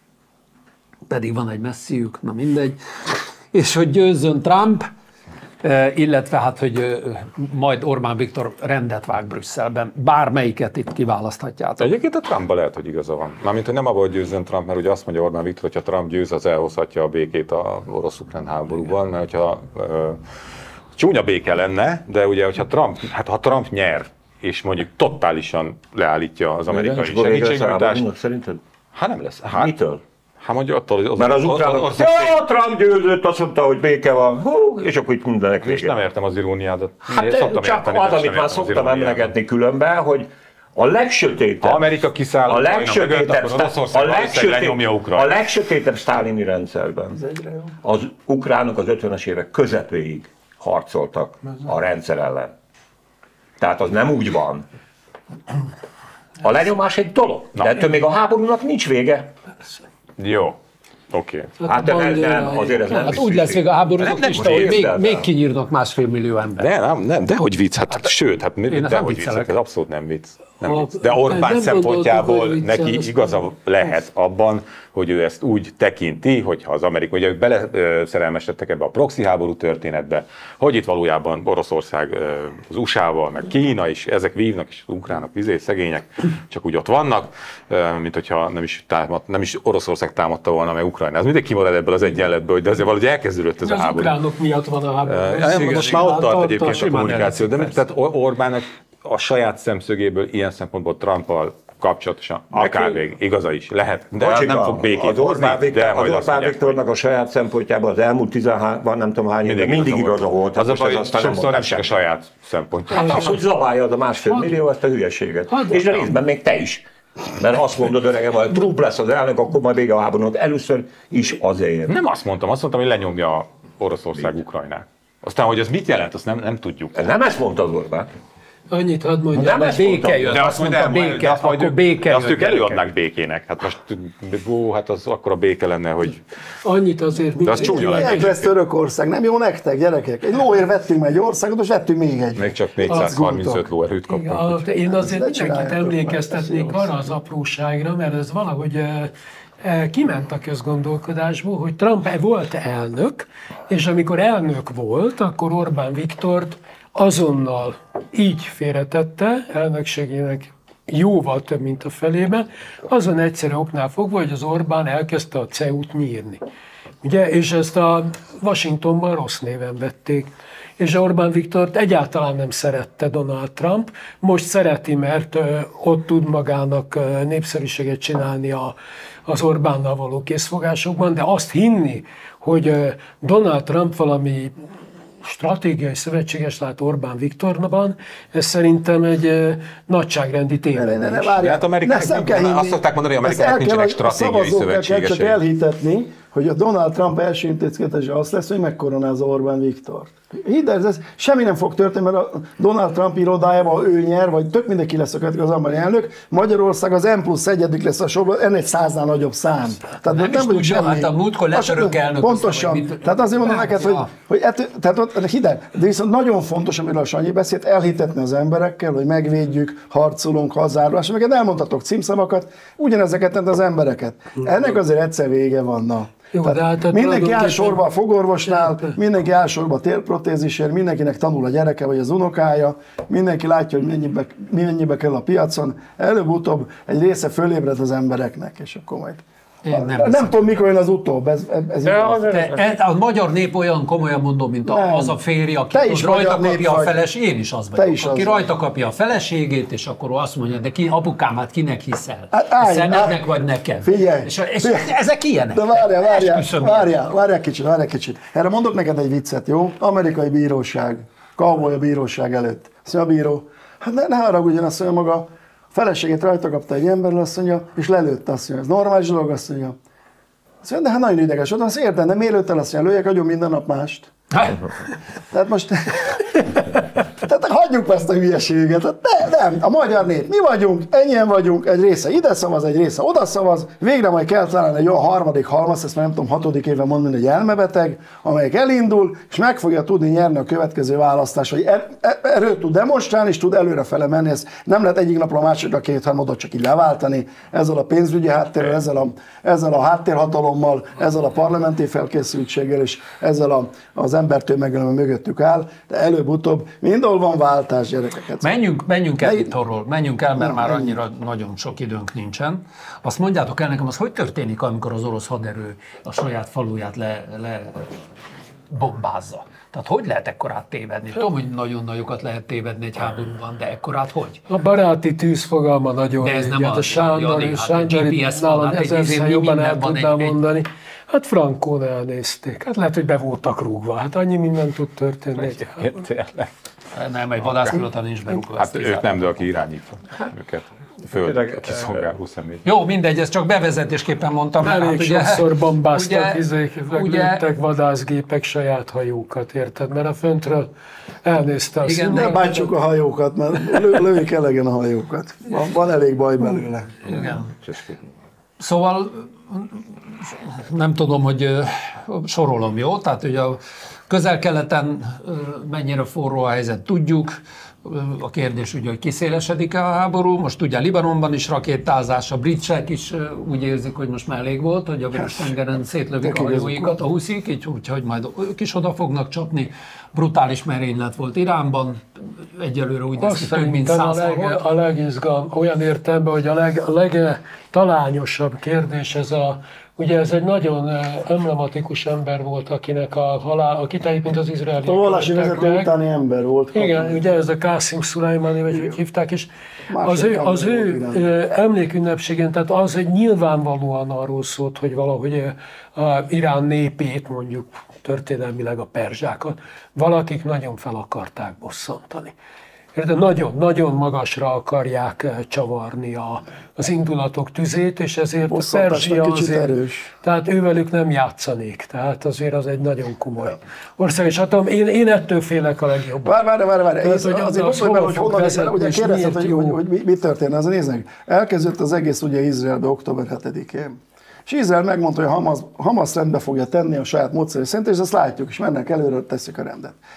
pedig van egy messziük, na mindegy, és hogy győzzön Trump, illetve hát, hogy majd Orbán Viktor rendet vág Brüsszelben, bármelyiket itt kiválaszthatjátok. Egyébként a Trumpban lehet, hogy igaza van. Mármint, hogy nem abban, hogy győzzön Trump, mert ugye azt mondja Orbán Viktor, hogy ha Trump győz, az elhozhatja a békét a orosz-ukrán háborúban, mert hogyha csúnya béke lenne, de ugye, hogyha ha Trump nyer, és mondjuk totálisan leállítja az amerikai segítségnyújtást. Szerinted? Hát nem lesz. Mitől? Hát mondja attól, Mert az ukránok, Trump győzött, azt mondta, hogy béke van, és akkor itt mindenek és vége. nem értem az iróniádat. Hát csak az, amit már szoktam emlegetni különben, hogy a legsötétebb, ha Amerika kiszáll a legsötétebb sztálini rendszerben az ukránok az 50-es évek közepéig harcoltak a rendszer ellen. Tehát az nem úgy van. A lenyomás egy dolog, de ettől még a háborúnak nincs vége. Jó. Oké. Hát de nem, azért ez nem Hát úgy lesz vége a háborúnak, nem is, hogy érted még el. kinyírnak 1,5 millió ember. Nem, dehogy vicc, sőt, nem dehogy viccelek. vicc, ez abszolút nem vicc. Nem Ha- vicc. De Orbán nem szempontjából gondoltuk, hogy neki viccelsz. igaza lehet abban, hogy ő ezt úgy tekinti, hogyha az amerikai, ugye ők beleszerelmesedtek ebbe a proxy háború történetbe, hogy itt valójában Oroszország az USA-val, meg Kína is, ezek vívnak, és az ukránok szegények, csak úgy ott vannak, mint hogyha nem is Oroszország támadta volna meg Ukrajna. Ez mindig kimarad ebből az egyenletből, de azért valahogy elkezdődött ez a Az háború. ukránok miatt van a háború. Most már ott tart egyébként a simán kommunikáció, de elhiszik, tehát Orbánnak a saját szemszögéből ilyen szempontból Trumpal kapcsolatosan akár még igaza is lehet, de Bocsika, nem fog békét az Orbán hozni, de majd azt Orbán mondják, Viktornak a saját szempontjából az elmúlt 13, nem tudom hány évben mindig igaza volt. Az a most ez baj, aztán sokszor nem mondtam csak a saját szempontja. Hát az, hogy zabálja az a 1,5 millió ezt a hülyeséget. És részben még te is. Mert azt mondod, öregem, hogy Trump lesz az elnök, akkor majd vége a háborúnak. Először is azért. Nem azt mondtam, hogy lenyomja Oroszország Ukrajnát. Aztán, hogy ez mit jelent, azt nem tudjuk. Nem ezt mondta az Orbán. Annyit hadd mondjam, Nem hogy ezt mondtam. Béke jön, De azt mondta béke, akkor béke de azt jön, ők előadnák békének. Hát most, hát az akkora béke lenne, hogy... annyit azért... De az csúnya lenne. Egy lesz Törökország, nem jó nektek, gyerekek? Egy lóért vettünk meg egy országot, most vettünk még egy. Még csak 435 lóerőt kaptunk. Én azért Ezt ne mindenkit csináljátok emlékeztetnék már. arra az apróságra, mert ez valahogy kiment a közgondolkodásból, hogy Trump volt elnök, és amikor elnök volt, akkor Orbán Viktort azonnal így félretette elnökségének jóval több, mint a felében, azon egyszerű oknál fogva, hogy az Orbán elkezdte a CEU-t nyírni. Ugye? És ezt a Washingtonban rossz néven vették. És Orbán Viktort egyáltalán nem szerette Donald Trump, most szereti, mert ott tud magának népszerűséget csinálni az Orbánnal való készfogásokban, de azt hinni, hogy Donald Trump valami stratégiai szövetséges lát Orbán Viktorban, ez szerintem egy nagyságrendi tévedés. Hát azt szokták mondani, hogy Amerikának nincsenek stratégiai szövetségesei. Csak elhitetni, hogy a Donald Trump első intézkedése az lesz, hogy megkoronázza Orbán Viktort. Hidd el, ez semmi nem fog történni, mert a Donald Trump irodájában ő nyer, vagy tök mindenki lesz a következő az amerikai elnök. Magyarország az M+1 lesz a sorban, ennél 100-nál nagyobb szám. Tehát nem is tudja, hát a múltkor letörök elnök. Pontosan. Tehát azért mondom neked, hogy hidd el, de viszont nagyon fontos, amiről a Sanyi beszélt, elhitetni az emberekkel, hogy megvédjük, harcolunk, hazárulás, amiket elmondhatok címszavakat, ugyanezeket az embereket. Ennek azért egyszer vége van. Jó, hát mindenki áll sorba a fogorvosnál, mindenki áll sorba a térprotézisért, mindenkinek tanul a gyereke vagy az unokája, mindenki látja, hogy mennyibe kell a piacon, előbb-utóbb egy része fölébred az embereknek, és akkor majd... Nem tudom, mikor jön az utóbb. A magyar nép olyan, komolyan mondom, mint az a férj, aki rajta kapja a feleségét, én is az vagyok, aki rajta kapja a feleségét, és akkor azt mondja, de apukám, hát kinek hiszel? Szemednek vagy nekem? Figyelj! És ezek ilyenek. De várjál kicsit. Erre mondok neked egy viccet, jó? Amerikai bíróság, cowboy a bíróság előtt. Azt mondja a bíró, hát ne haragudjon, azt mondja maga, a feleségét rajta kapta egy emberrel, azt mondja, és lelőtte, azt mondja, ez normális dolog, azt mondja. Azt mondja, de hát nagyon ideges volt, azt értem, de miért lőtt el, azt mondja, lőjek agyon minden nap mást. Tehát most, tehát hagyjuk ezt a hülyeséget. Nem, a magyar nép, mi vagyunk, ennyien vagyunk, egy része ide szavaz, egy része oda szavaz, végre majd kell találni egy olyan harmadik halmaz, ezt már nem tudom, 6. éve mondani, hogy elmebeteg, amelyik elindul, és meg fogja tudni nyerni a következő választás, hogy erről tud demonstrálni, és tud előrefele menni, ez nem lehet egyik napra a másikra kétharmadot csak így leváltani, ezzel a pénzügyi háttérrel, ezzel a háttérhatalommal, ezzel a parlamenti felkészültséggel, és ezzel az embertömeggel, ami mögöttük áll, de előbb-utóbb mindenhol van váltás, gyerekeket. Menjünk el itt arról, menjünk el, mert már annyira nagyon sok időnk nincsen. Azt mondjátok el nekem, az hogy történik, amikor az orosz haderő a saját faluját bombázza? Tehát hogy lehet ekkorát tévedni? Tudom, hogy nagyon nagyokat lehet tévedni egy háborúban, de ekkorát hogy? A baráti tűz fogalma nagyon de ez nem a Sándor nálam ezerszer jobban el tudnám mondani. Hát Frankón elnézték. Hát lehet, hogy be voltak rúgva. Hát annyi minden tud történni. Nem, egy vadászpilóta nincs berúgva. Hát ők nem, de aki irányítva őket. Föld, kiszolgál 24. Jó, mindegy, ezt csak bevezetésképpen mondtam. Elég sokszor bombáztak, lőttek vadászgépek saját hajókat, érted? Mert a föntről elnézte azt. Igen, ne bántsuk a hajókat, mert lőjük elegen a hajókat. Van elég baj belőle. Igen. Szóval nem tudom, hogy sorolom, jó? Tehát ugye a Közel-Keleten mennyire forró a helyzet, tudjuk. A kérdés ugye, hogy kiszélesedik-e a háború. Most ugye Libanonban is rakétázás, a britek is úgy érzik, hogy most már elég volt, hogy a Vörös-tengeren szétlövik a hajóikat, a huszik, úgyhogy majd ők is oda fognak csapni. Brutális merénylet volt Iránban, egyelőre úgy néz ki fel, mint 100 volt. A legizgalmasabb, olyan értelemben, hogy a legtalányosabb kérdés ugye ez egy nagyon emblematikus ember volt, akinek a halál, akit egyébként az izraeliek a vallási vezető utáni ember volt. Igen, ugye ez a Qasim Szulajmani, vagy hogy hívták, és az ő emlékünnepségen, tehát az egy nyilvánvalóan arról szólt, hogy valahogy Irán népét, mondjuk történelmileg a perzsákat, valakik nagyon fel akarták bosszantani. De nagyon magasra akarják csavarni az indulatok tüzét, és ezért a Perzsia azért, erős. Tehát ővelük nem játszanék, tehát azért az egy nagyon komoly ország, és hát én ettől félek a legjobban. Várj, azért gondolj bele, hogy honnan leszel, ugye kérdezted, hogy mi történne, azért nézd, elkezdődött az egész ugye Izraelbe október 7-én. És Izrael megmondta, hogy Hamas rendbe fogja tenni a saját módszerű szerint, és azt látjuk, és mennek előre, teszik a rendet.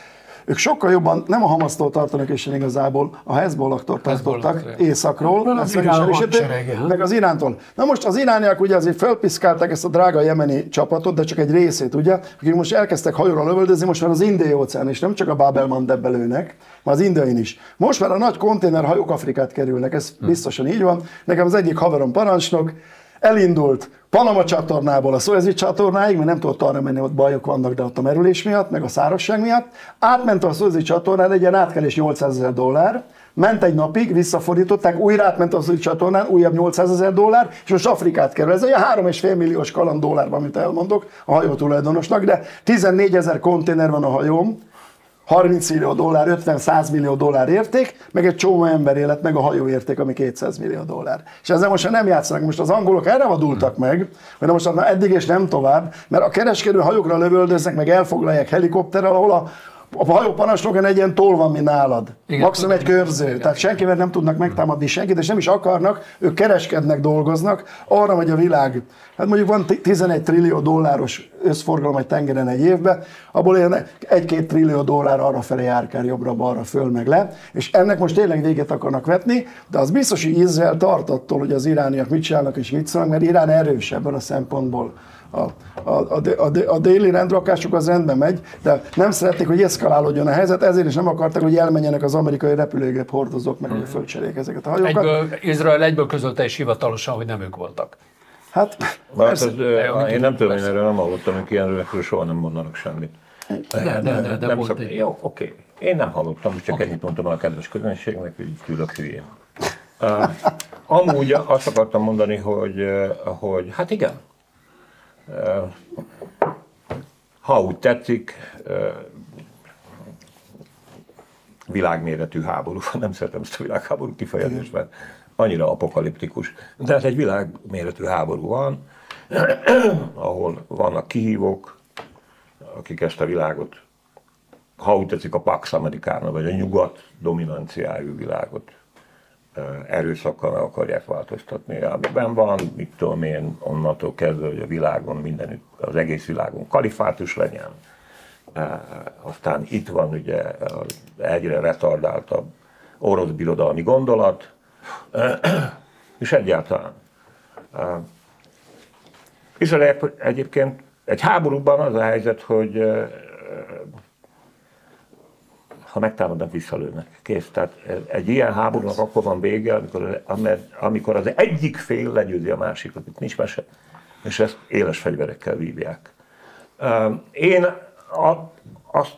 ők sokkal jobban nem a Hamasztól tartanak, és igazából a Hezbollahtól tartottak északról, Az Irán hadserege, meg az Irántól. Na most az irániak ugye azért felpiszkálták ezt a drága jemeni csapatot, de csak egy részét, ugye, akik most elkezdtek hajóra lövöldözni, most már az Indiai óceán, és nem csak a Bab el-Mandebbe lőnek, már az Indiain is. Most már a nagy konténerhajók Afrikát kerülnek, ez biztosan így van. Nekem az egyik haverom parancsnok, elindult Panama csatornából a Szuezi csatornáig, mert nem tudott arra menni, ott bajok vannak, de ott a merülés miatt, meg a szárazság miatt. Átment a Szuezi csatornán, egy ilyen átkelés $800,000, ment egy napig, visszafordították, újra átment a Szuezi csatornán, újabb $800,000, és most Afrikát kerül. Ez olyan 3,5 milliós kaland dollárban, amit elmondok a hajó tulajdonosnak, de 14 000 konténer van a hajóm, $30 millió, $50-100 millió érték, meg egy csomó emberélet, meg a hajó érték, ami $200 millió. És ezzel most nem játszanak. Most az angolok erre vadultak meg, hogy na most eddig és nem tovább, mert a kereskedő hajókra lövöldöznek, meg elfoglalják helikopterrel, ahol a hajóparancsnokon egy ilyen toll van, mint nálad. Igen, maximum egy körző. Igen. Tehát senkivel nem tudnak megtámadni senkit, és nem is akarnak, ők kereskednek, dolgoznak, arra megy a világ. Hát mondjuk van $11 trillió összforgalom egy tengeren egy évben, abból ilyen $1-2 trillió arrafelé járkál jobbra-balra, föl meg le, és ennek most tényleg véget akarnak vetni, de az biztos, hogy Izrael tart attól, hogy az irániak mit csinálnak és mit szólnak, mert Irán erős ebben a szempontból. A déli rendrakásuk az rendben megy, de nem szeretnék, hogy eszkalálódjon a helyzet, ezért is nem akartak, hogy elmenjenek az amerikai repülőgép hordozók, meg hogy fölcseréljék ezeket a hajókat. Izrael egyből közölte is hivatalosan, hogy nem ők voltak. Hát, én nem tudom, én erről nem hallottam, hogy ilyenről soha nem mondanak semmit. De volt egy... Jó, oké. Én nem hallottam, csak ennyit mondtam a kedves közönségnek, hogy ülök hülyén. Amúgy azt akartam mondani, hogy hát igen, ha úgy tetszik, világméretű háború, nem szeretem ezt a világháború kifejezést, mert annyira apokaliptikus, de ez egy világméretű háború van, ahol vannak kihívók, akik ezt a világot, ha úgy tetszik, a Pax Americana, vagy a nyugat dominanciájú világot erőszakkal meg akarják változtatni. Amiben van, mit tudom én, onnantól kezdve, hogy a világon mindenütt, az egész világon kalifátus legyen. Aztán itt van ugye egyre retardáltabb orosz birodalmi gondolat, és egyáltalán. Izrael egyébként egy háborúban az a helyzet, hogy ha megtámadnak, visszalőnek. Kész. Tehát egy ilyen háborúnak akkor van vége, amikor az egyik fél legyőzi a másikat, itt nincs mese, és ezt éles fegyverekkel vívják. Én azt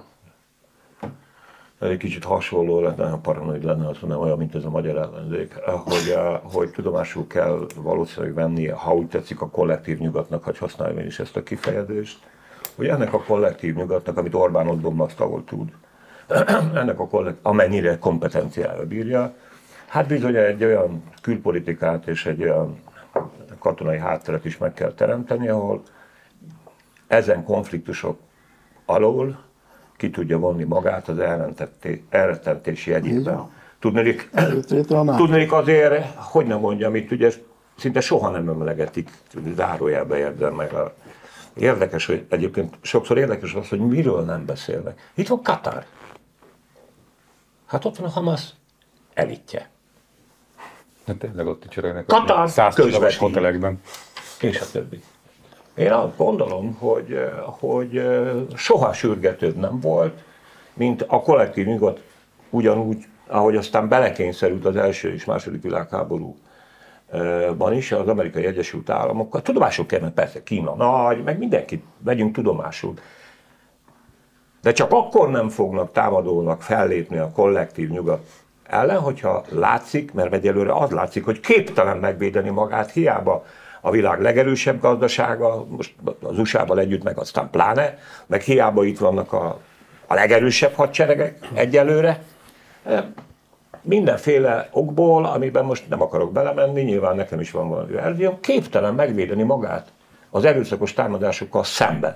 egy kicsit hasonló lenne, nagyon paranoid lenne, azt mondom, olyan, mint ez a magyar ellenzék, hogy tudomásul kell valószínűleg venni, ha úgy tetszik, a kollektív nyugatnak, hogy használjam én is ezt a kifejezést, hogy ennek a kollektív nyugatnak, amit Orbán ott bombaszt, ahol tud, ennek a amennyire kompetenciája bírja, hát bizony egy olyan külpolitikát és egy olyan katonai hátteret is meg kell teremteni, ahol ezen konfliktusok alól ki tudja vonni magát az elrettentési jegyében. Tudnék azért, hogy nem mondjam, itt ugye szinte soha nem emlegetik, zárójelbe érzem meg a... Érdekes, hogy egyébként sokszor érdekes az, hogy miről nem beszélnek. Itt van Katar. Hát ott van a Hamas elitje. Hát tényleg ott csörögnek Katar 100 csillagos hotelekben. És a többi. Én azt gondolom, hogy soha sürgetőbb nem volt, mint a kollektív nyugat ugyanúgy, ahogy aztán belekényszerült az első és második világháborúban is, az Amerikai Egyesült Államokkal. Tudomásul kell, mert persze Kína nagy, meg mindenkit vegyünk tudomásul. De csak akkor nem fognak támadónak fellépni a kollektív nyugat ellen, hogyha látszik, mert egyelőre az látszik, hogy képtelen megvédeni magát, hiába a világ legerősebb gazdasága, most az USA-val együtt, meg aztán pláne, meg hiába itt vannak a legerősebb hadseregek egyelőre. Mindenféle okból, amiben most nem akarok belemenni, nyilván nekem is van valami verzióm, képtelen megvédeni magát az erőszakos támadásokkal szemben.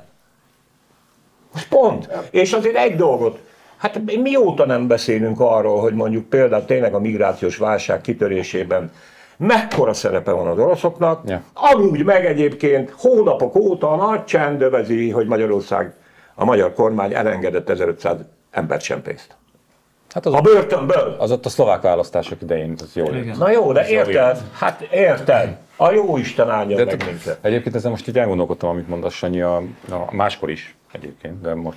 Pont. És azért egy dolgot, hát mióta nem beszélünk arról, hogy mondjuk például tényleg a migrációs válság kitörésében mekkora szerepe van az oroszoknak, amúgy meg egyébként hónapok óta a nagy csend övezi, hogy Magyarország, a magyar kormány elengedett 1500 embercsempészt. Hát A börtönből. az ott a szlovák választások idején, az jól Igen. Na jó, de érted? Hát érted. A jó Isten áldja meg minket. Egyébként ezen most így elgondolkodtam, amit mondasz, Sanyi, máskor is egyébként, de most,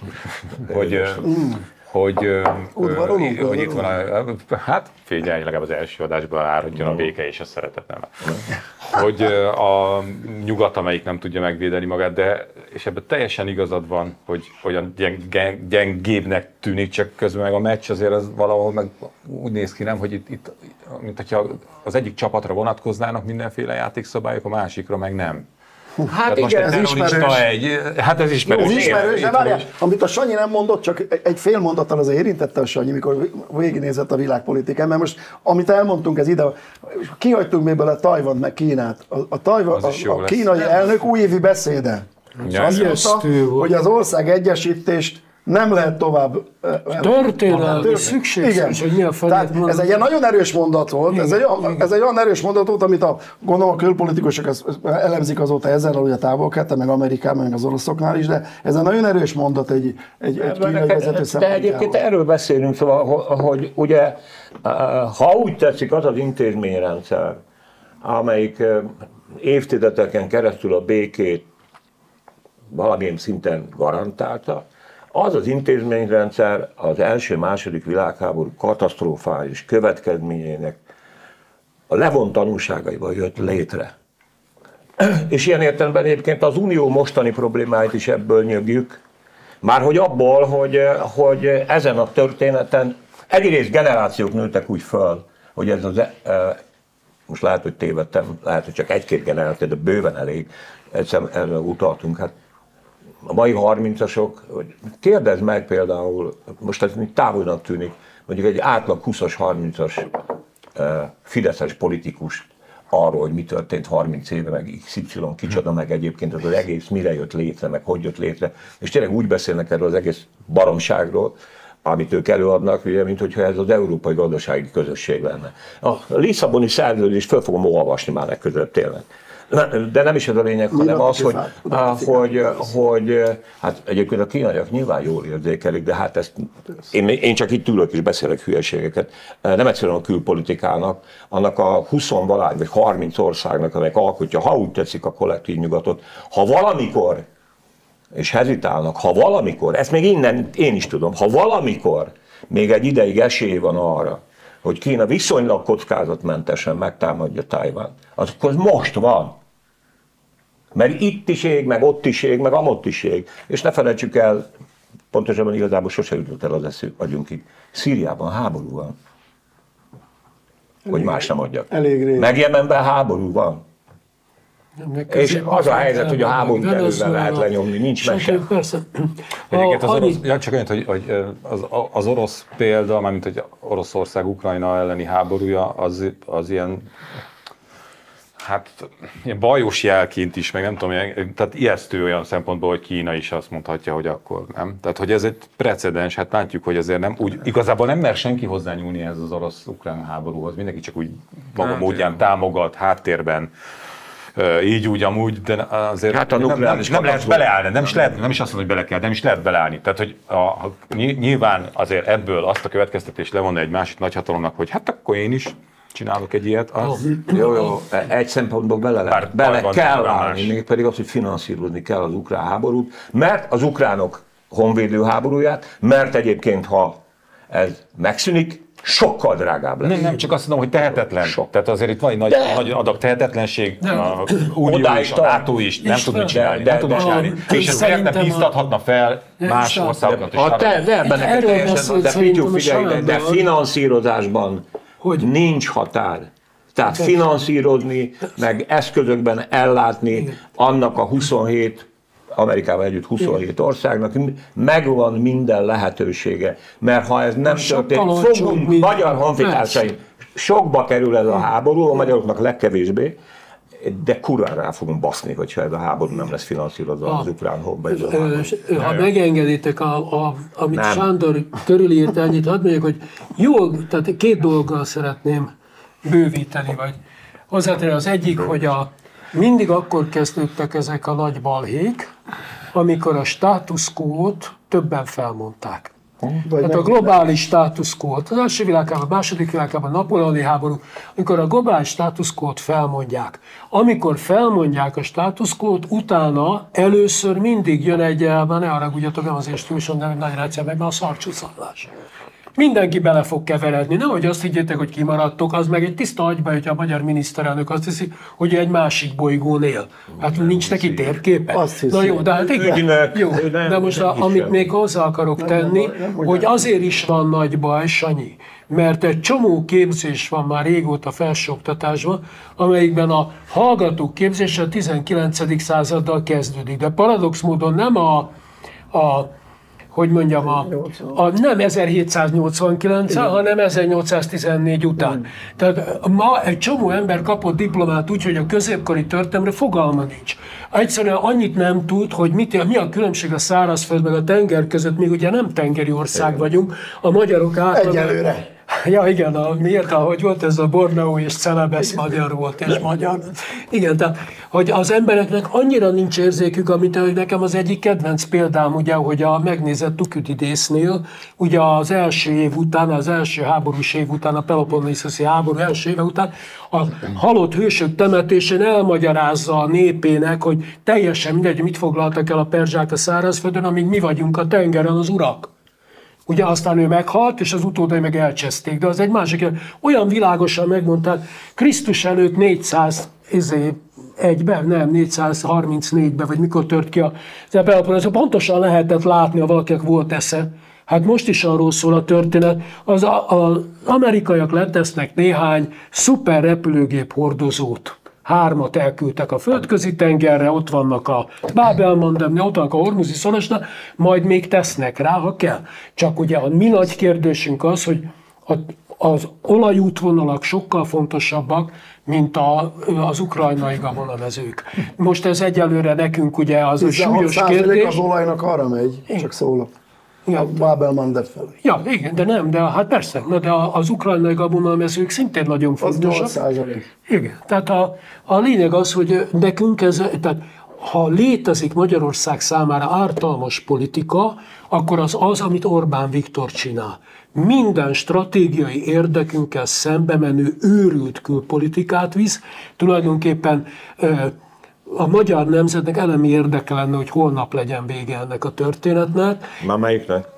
hogy itt van hát figyelj, legalább az első adásban áradjon a béke és a szeretet, nem. Hogy a nyugat, amelyik nem tudja megvédeni magát, de és ebben teljesen igazad van, hogy olyan gyengébbnek tűnik, csak közben meg a meccs azért az valahol meg úgy néz ki, nem, hogy itt mint hogyha az egyik csapatra vonatkoznának mindenféle játékszabályok, a másikra meg nem. Hát most igen, ez ismerős. Hát ez ismerős. Ez ismerős, de várjál, amit a Sanyi nem mondott, csak egy fél mondattal azért érintette a Sanyi, mikor végignézett a világpolitikán, mert most, amit elmondtunk, ez ide, kihagytunk még bele Tajvant meg Kínát. A kínai elnök újévi beszéde. Azt mondta, hogy az ország egyesítést nem lehet tovább... Történelmi szükséges, hogy mi a felét mondani. Ez egy ilyen nagyon erős mondat volt, ez egy olyan erős mondat volt, amit gondolom a külpolitikusok elemzik azóta ezzel, ugye a Távol-keleten, meg Amerikában, meg az oroszoknál is, de ez egy nagyon erős mondat egy kínai vezető szempontjából. De egyébként erről beszélünk, szóval, hogy ugye, ha úgy tetszik, az az intézményrendszer, amelyik évtizedeken keresztül a békét valamilyen szinten garantálta, az az intézményrendszer az első-második világháború katasztrofális következményének a levont tanulságaival jött létre. És ilyen értelemben egyébként az Unió mostani problémáit is ebből nyögjük, márhogy abból, hogy ezen a történeten egyrészt generációk nőttek úgy föl, hogy ez az, most lehet, hogy tévedtem, lehet, hogy csak egy-két generáció, de bőven elég, erre utaltunk, hát a mai 30-asok, hogy kérdezd meg például, most ez távolnak tűnik, mondjuk egy átlag 20-as, 30-as fideszes politikus arról, hogy mi történt 30 éve, meg XY, kicsoda, meg egyébként az egész mire jött létre, meg hogy jött létre, és tényleg úgy beszélnek erről az egész baromságról, amit ők előadnak, ugye, mint hogyha ez az európai gazdasági közösség lenne. A Lisszaboni szerződést föl fogom olvasni már legközelebb tényleg. De nem is ez a lényeg, hanem az, hogy hát egyébként a kínaiak nyilván jól érzékelik, de hát ezt én csak itt ülök és beszélek hülyeségeket. Nem egyszerűen a külpolitikának, annak a 20-valány vagy 30 országnak, amelyek alkotja, ha úgy tetszik, a kollektív nyugatot, ha valamikor, és hezitálnak, ha valamikor, ezt még innen én is tudom, ha valamikor még egy ideig esély van arra, hogy Kína viszonylag kockázatmentesen megtámadja Tajvant, akkor az most van. Mert itt is ég, meg ott is ég, meg amott is ég. És ne felejtsük el, pontosabban igazából sose jutott el az agyunkig. Szíriában háború van. Hogy más nem adjak. Meg Jemenben háború van. És az a helyzet, hogy a háborút elővel lehet lenyomni, nincs meg sem. Egyébként csak annyit, hogy az orosz példa, mármint hogy Oroszország Ukrajna elleni háborúja, az ilyen, hát ilyen bajos jelként is, meg nem tudom, tehát ijesztő olyan szempontból, hogy Kína is azt mondhatja, hogy akkor nem. Tehát, hogy ez egy precedens, hát látjuk, hogy azért nem úgy, igazából nem mer senki hozzányúlni ez az orosz-ukrán háborúhoz, mindenki csak úgy maga módján támogat, háttérben. Így úgy amúgy, de azért hát nem lehet beleállni, nem is azt mondom, hogy bele kell, nem is lehet beleállni. Tehát, hogy nyilván azért ebből azt a következtetést levonni egy másik nagyhatalomnak, hogy hát akkor én is csinálok egy ilyet. Jó, egy szempontból bele kell állni, mégpedig az, hogy finanszírozni kell az ukrán háborút, mert az ukránok honvédő háborúját, mert egyébként, ha ez megszűnik, sokkal drágább lesz. Nem, csak azt mondom, hogy tehetetlen. Sok. Tehát azért itt van egy nagy adag tehetetlenség, a Unió is, a NATO is nem tud mit csinálni. Nem tud mit csinálni. És ez miért nem bíztathatna fel más országokat is. De finanszírozásban nincs határ. Tehát finanszírozni, meg eszközökben ellátni annak a 27 Amerikával együtt 27 országnak megvan minden lehetősége, mert ha ez nem történik, fogunk magyar honfitársaim, sokba kerül ez a háború, a magyaroknak legkevésbé, de kurvára rá fogunk baszni, hogyha ez a háború nem lesz finanszírozva az ukrán honvédő. Ha megengeditek, amit Sándor körülírt, annyit hadd mondjak, hogy jó, tehát két dolggal szeretném bővíteni, vagy hozzátenni. Az egyik, hogy mindig akkor kezdődtek ezek a nagy balhék, amikor a status quo-t többen felmondták. Tehát a globális status quo, az első világháború, a második világháború, a napóleoni háború, amikor a globális status quo-t felmondják. Amikor felmondják a status quo-t, utána először mindig jön egy, ne haragudjatok, nem azért stúlson, de nagy egyszerűen meg a szarcsúszallás. Mindenki bele fog keveredni. Nehogy azt higgyétek, hogy kimaradtok, az meg egy tiszta agyba, hogyha a magyar miniszterelnök azt hiszi, hogy egy másik bolygón él. Hát nincs neki térképe. Na jó, de hát igen. Jó, de most amit még hozzá akarok tenni, hogy azért is van nagy baj, Sanyi, mert egy csomó képzés van már régóta felsőoktatásban, amelyikben a hallgatók képzése a 19. századdal kezdődik. De paradox módon nem hogy mondjam, nem 1789, hanem 1814 után. Tehát ma egy csomó ember kapott diplomát úgy, hogy a középkori történelemre fogalma nincs. Egyszerűen annyit nem tud, hogy mi a különbség a szárazföld meg a tenger között, még ugye nem tengeri ország vagyunk, a magyarok általában... Egyelőre. Ja igen, miért, ahogy volt ez a Borneó és Celebesz magyar volt, és magyar. Igen, tehát, hogy az embereknek annyira nincs érzékük, amit hogy nekem az egyik kedvenc példám, ugye, hogy a megnézett Thukydides-nél, ugye az első év után, az első háborús év után, a Peloponnészoszi háború első éve után, a halott hősök temetésén elmagyarázza a népének, hogy teljesen mindegy, mit foglaltak el a perzsák a szárazföldön, amíg mi vagyunk a tengeren az urak. Ugye aztán ő meghalt, és az utódai meg elcseszték, de az egy másik, olyan világosan megmondták, Krisztus előtt 434-ben, vagy mikor tört ki a Peloponnészos, pontosan lehetett látni, ha valakinek volt esze. Hát most is arról szól a történet, az amerikaiak letesznek néhány szuper repülőgép hordozót. 3 elküldtek a földközi tengerre, ott vannak a Bábel-mandebnél, ott vannak a Hormuzi szorosnál, majd még tesznek rá, ha kell. Csak ugye a mi nagy kérdésünk az, hogy az olajútvonalak sokkal fontosabbak, mint az ukrajnai gabonamezők. Most ez egyelőre nekünk ugye az a súlyos kérdés. Az olajnak arra megy, csak szólok. Ja, a Bábel-mandeb felé. Ja, igen, de hát persze, de az ukrajnai gabonamezők szintén nagyon fontosak. Az 8%. Igen, tehát a lényeg az, hogy nekünk tehát ha létezik Magyarország számára ártalmas politika, akkor az, amit Orbán Viktor csinál. Minden stratégiai érdekünkkel szembe menő őrült külpolitikát visz, tulajdonképpen a magyar nemzetnek elemi érdeke lenne, hogy holnap legyen vége ennek a történetnek. Már melyiknek?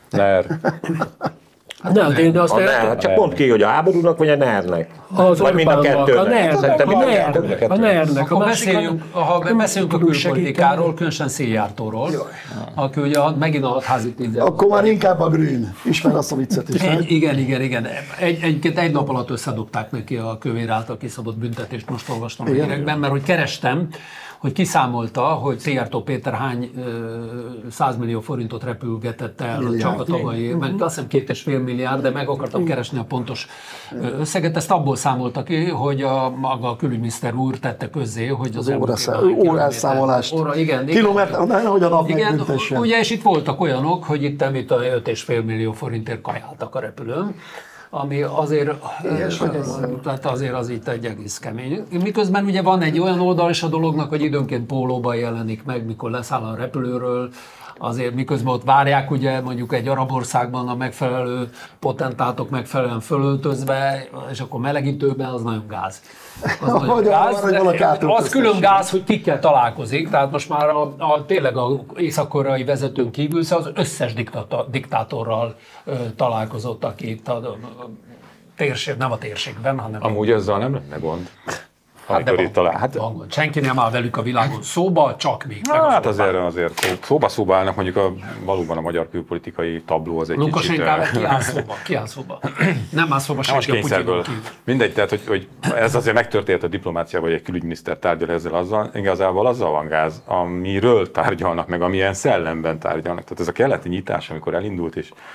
Nem, de én azt hát csak mondd ki, hogy a háborúnak vagy a NER-nek? Az vagy mind a kettőnek? A NER-nek. Ha beszéljünk a külpolitikáról, különösen Szijjártóról, aki ugye megint a házi tízzel. Akkor már inkább a Grün. Ismer azt a viccet is. Igen. Egy nap alatt összedobták neki a kövér által kiszabott büntetést, most olvastam a hírekben, mert hogy kerestem, hogy kiszámolta, hogy Szijjártó Péter hány 100 millió forintot repülgetett el csak a tavalyi évben. Azt hiszem 2,5 milliárd, de meg akartam keresni a pontos összeget. Ezt abból számolta ki, hogy maga a külügyminiszter úr tette közzé, hogy az órászámolást. Igen. Nehogy a nap igen, megbüntessen. ugye, és itt voltak olyanok, hogy itt 5,5 millió forintért kajáltak a repülőn, ami azért, tehát azért az itt egy egész kemény. Miközben ugye van egy olyan oldal is a dolognak, hogy időnként pólóban jelenik meg, mikor leszáll a repülőről, azért miközben ott várják ugye mondjuk egy arab országban a megfelelő potentátok megfelelően fölöltözve, és akkor melegítőben az nagyon gáz. Az nagyon gáz. Az külön gáz, hogy kikkel találkozik, tehát most már tényleg az észak-koreai vezetőn kívül az összes diktátorral találkozott, aki itt a térség, nem a térségben, hanem... Amúgy ezzel nem lenne gond. Amikor itt talál. Van gond. Senki nem áll velük a világon szóba, csak még. Hát azért szóba állnak, mondjuk valóban a magyar külpolitikai tabló az egy Lukasenko ki áll szóba. Nem áll szóba senki a Putyinon kívül. Mindegy, tehát hogy ez azért megtörtént a diplomáciában, hogy egy külügyminiszter tárgyal ezzel azzal, igazából azzal van gáz, amiről tárgyalnak, meg amilyen szellemben tárgyalnak. Tehát ez a keleti nyitás, amikor elindult, és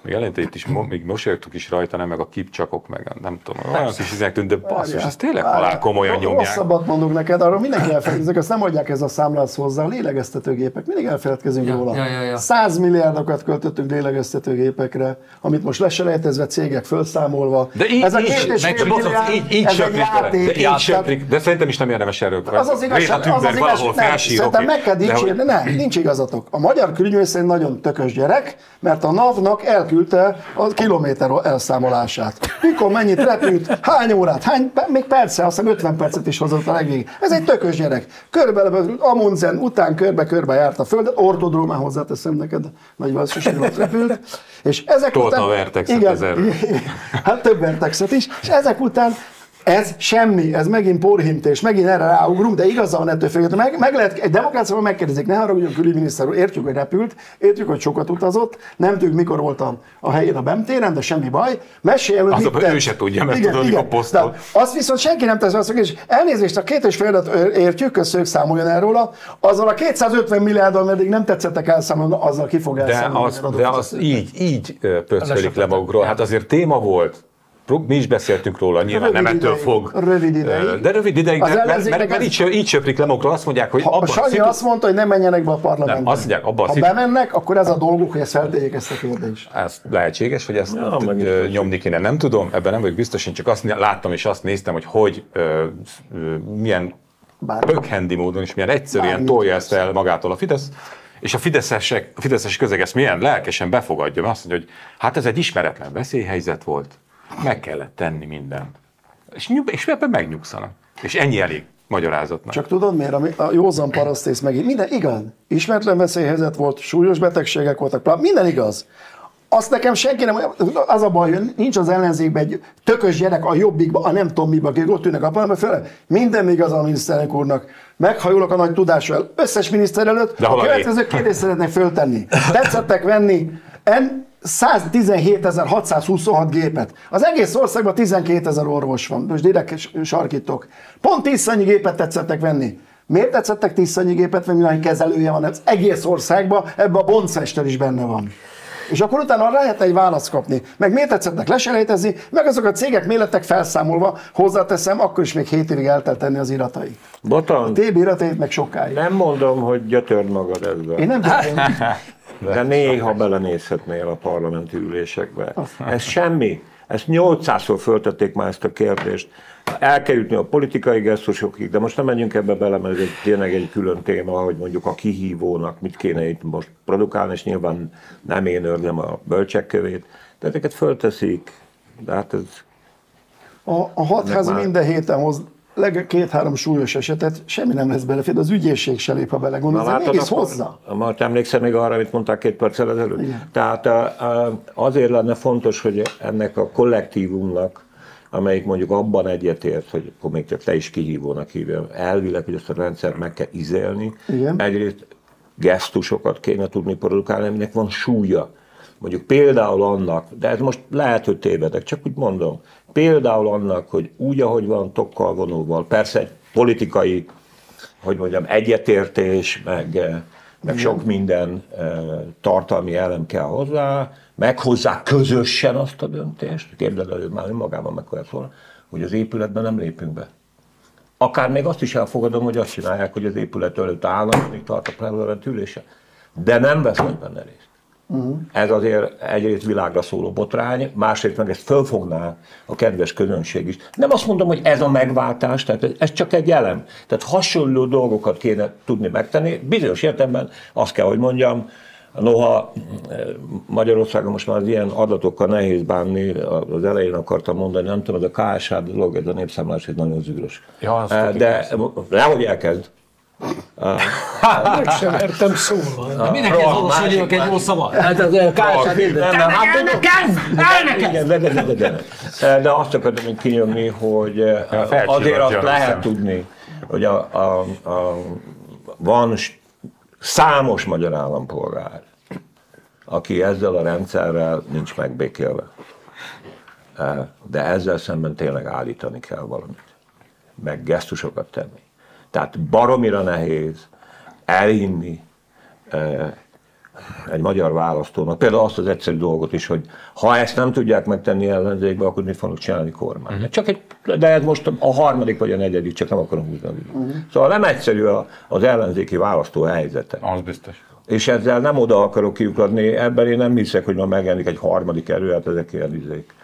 Itt is még mosolyogtuk is rajta, nem meg a kipcsakok, meg nem tudom, olyan kis izek tűnt, de basszus, ez tényleg halál komolyan nyomják. Rosszabbat mondok neked, arról mindenki elfelejtkezik, azt nem adják ez a számlához hozzá, a lélegeztetőgépek, mindig elfelejtkezünk róla. 100 milliárdokat költöttünk lélegeztetőgépekre, amit most leselejtezve cégek felszámolva. De így, ez a 2,5 milliárd, söprik, de szerintem is nem érdemes erről. Az az igazság, szerintem meg kell dicsérni, nem, nincs igazatok. A magyar külügyminiszter szerint nagyon tökös gyerek, mert a NAV-nak elküldte a kilométer elszámolását. Mikor mennyit repült, hány órát, még perce, azt hiszem 50 percet is hozott a legvégig. Ez egy tökös gyerek. Körbe Amundsen után körbe járt a földet, ortodrómán hozzáteszem neked, nagy valószínűséggel repült. És ezek után... Vertexet igen, ezer. hát több Vertexet is, és ezek után ez semmi, ez megint porhintés, megint erre ráugrunk, de igaza van ettől függetlenül. Meg lehet, egy demokráciában megkérdezik, ne haragudjon külügyminiszter úr, értjük, hogy repült, értjük, hogy sokat utazott, nem tudjuk, mikor volt a helyén a BEM-téren, de semmi baj. Mesélj el, hogy ő se tudja, mert tudod, mikor posztol. Azt viszont senki nem tesz azt, és elnézést, a 2,5 értjük, köszönjük, számoljon el róla, azzal a 250 milliárddal, meddig nem tetszettek elszámolni, azzal ki fog elszámolni. De az így pöckölik le magukról. Hát azért téma volt. Mi is beszéltünk róla, nyilván nem ettől fog. Rövid ideig. De rövid ideig, mert így söprik le magukról, azt mondják, hogy a Sanyi azt mondta, hogy nem menjenek be a parlamentbe. Nem, azt mondják, abban ha bemennek, akkor ez a dolguk, hogy ezt feltegyék ezt a kérdést. Ez lehetséges, hogy ezt nyomni kéne, nem tudom, ebben nem vagyok biztos, én csak azt láttam és azt néztem, hogy milyen pökhendi módon és milyen egyszerűen tolja ezt el magától a Fidesz. És a fideszes közeg ezt milyen lelkesen befogadja, mert azt mondja, hogy hát ez egy ismeretlen veszélyhelyzet volt, meg kellett tenni mindent. És ebben megnyugszanak. És ennyi elég magyarázatnak. Csak tudod miért? A józan parasztész megint. Minden igaz. Ismeretlen veszélyhelyzet volt, súlyos betegségek voltak, minden igaz. Azt nekem senki nem, az a baj, hogy nincs az ellenzékben egy tökös gyerek a Jobbikban, a nem tudom miben, akik ott ülnek a parlamentben, föl. Minden igaz a miniszterelnök úrnak. Meghajolok a nagy tudásról. Összes miniszter előtt a következő kérdést szeretnék föltenni. Tetszettek venni 117.626 gépet. Az egész országban 12.000 orvos van. Most direkt sarkítok. Pont 10-annyi gépet tetszettek venni. Miért tetszettek 10-annyi gépet venni, milyen kezelője van az egész országban, ebben a Boncester is benne van. És akkor utána lehet egy választ kapni. Meg miért tetszettek leselejtezni, meg azok a cégek miért lettek felszámolva, hozzáteszem, akkor is még 7 évig el kell tenni az iratait. Botan, a TB iratait meg sokáig. nem mondom, hogy gyötörd magad ezzel. Én nem tudom. De néha belenézhetnél a parlamenti ülésekbe. Ez semmi. Ezt 800-szor föltették már ezt a kérdést. El kell jutni a politikai gesztusokig, de most nem menjünk ebbe bele, mert ez tényleg egy külön téma, hogy mondjuk a kihívónak mit kéne itt most produkálni, és nyilván nem én örlem a bölcsekkövét, de ezeket fölteszik, de hát ez... A hatház minden héten hoz 2-3 súlyos esetet, semmi nem lesz belefér, az ügyészség se lép, ha belegondolsz, de mégis hozza. Most emlékszem még arra, amit mondták 2 perccel ezelőtt? Igen. Tehát azért lenne fontos, hogy ennek a kollektívumnak, amelyik mondjuk abban egyetért, hogy akkor még csak te is kihívónak hívja, elvileg, hogy ezt a rendszert meg kell izélni. Igen. Egyrészt gesztusokat kéne tudni produkálni, aminek van súlya. Mondjuk például annak, de ez most lehet, hogy tévedek, csak úgy mondom, például annak, hogy úgy, ahogy van, tokkal vonóval, persze egy politikai, hogy mondjam, egyetértés, meg sok minden tartalmi elem kell hozzá, meghozzá közösen azt a döntést, képzeld el, már önmagában meg kell szólni, hogy az épületben nem lépünk be. Akár még azt is elfogadom, hogy azt csinálják, hogy az épület előtt állnak, amíg tart a parlament ülése, de nem vesznek benne részt. Ez azért egyrészt világra szóló botrány, másrészt meg ezt fölfogná a kedves közönség is. Nem azt mondom, hogy ez a megváltás, tehát ez csak egy elem. Tehát hasonló dolgokat kéne tudni megtenni. Bizonyos értelemben azt kell, hogy mondjam, noha Magyarországon most már az ilyen adatokkal nehéz bánni, az elején akartam mondani, nem tudom, ez a KSH dolog, ez a népszámlálás, ez nagyon zűrös. Ja, de nehogy elkezd. Meg sem értem szólva. Mindenki az olvasódjak egy jó szava. Hát az KSH de azt akarom kinyomni, hogy azért azt lehet tudni, hogy van számos magyar állampolgár, aki ezzel a rendszerrel nincs megbékélve. De ezzel szemben tényleg állítani kell valamit. Meg gesztusokat tenni. Tehát baromira nehéz elhinni, egy magyar választónak, például azt az egyszerű dolgot is, hogy ha ezt nem tudják megtenni ellenzékbe, akkor mit fognak csinálni kormány. De ez most a harmadik vagy a negyedik, csak nem akarom húzni. Szóval nem egyszerű az ellenzéki választó helyzete. Az biztos. És ezzel nem oda akarok kiukadni, ebben én nem hiszek, hogy ma megjelenik egy harmadik erő, hát ezek kérdizék.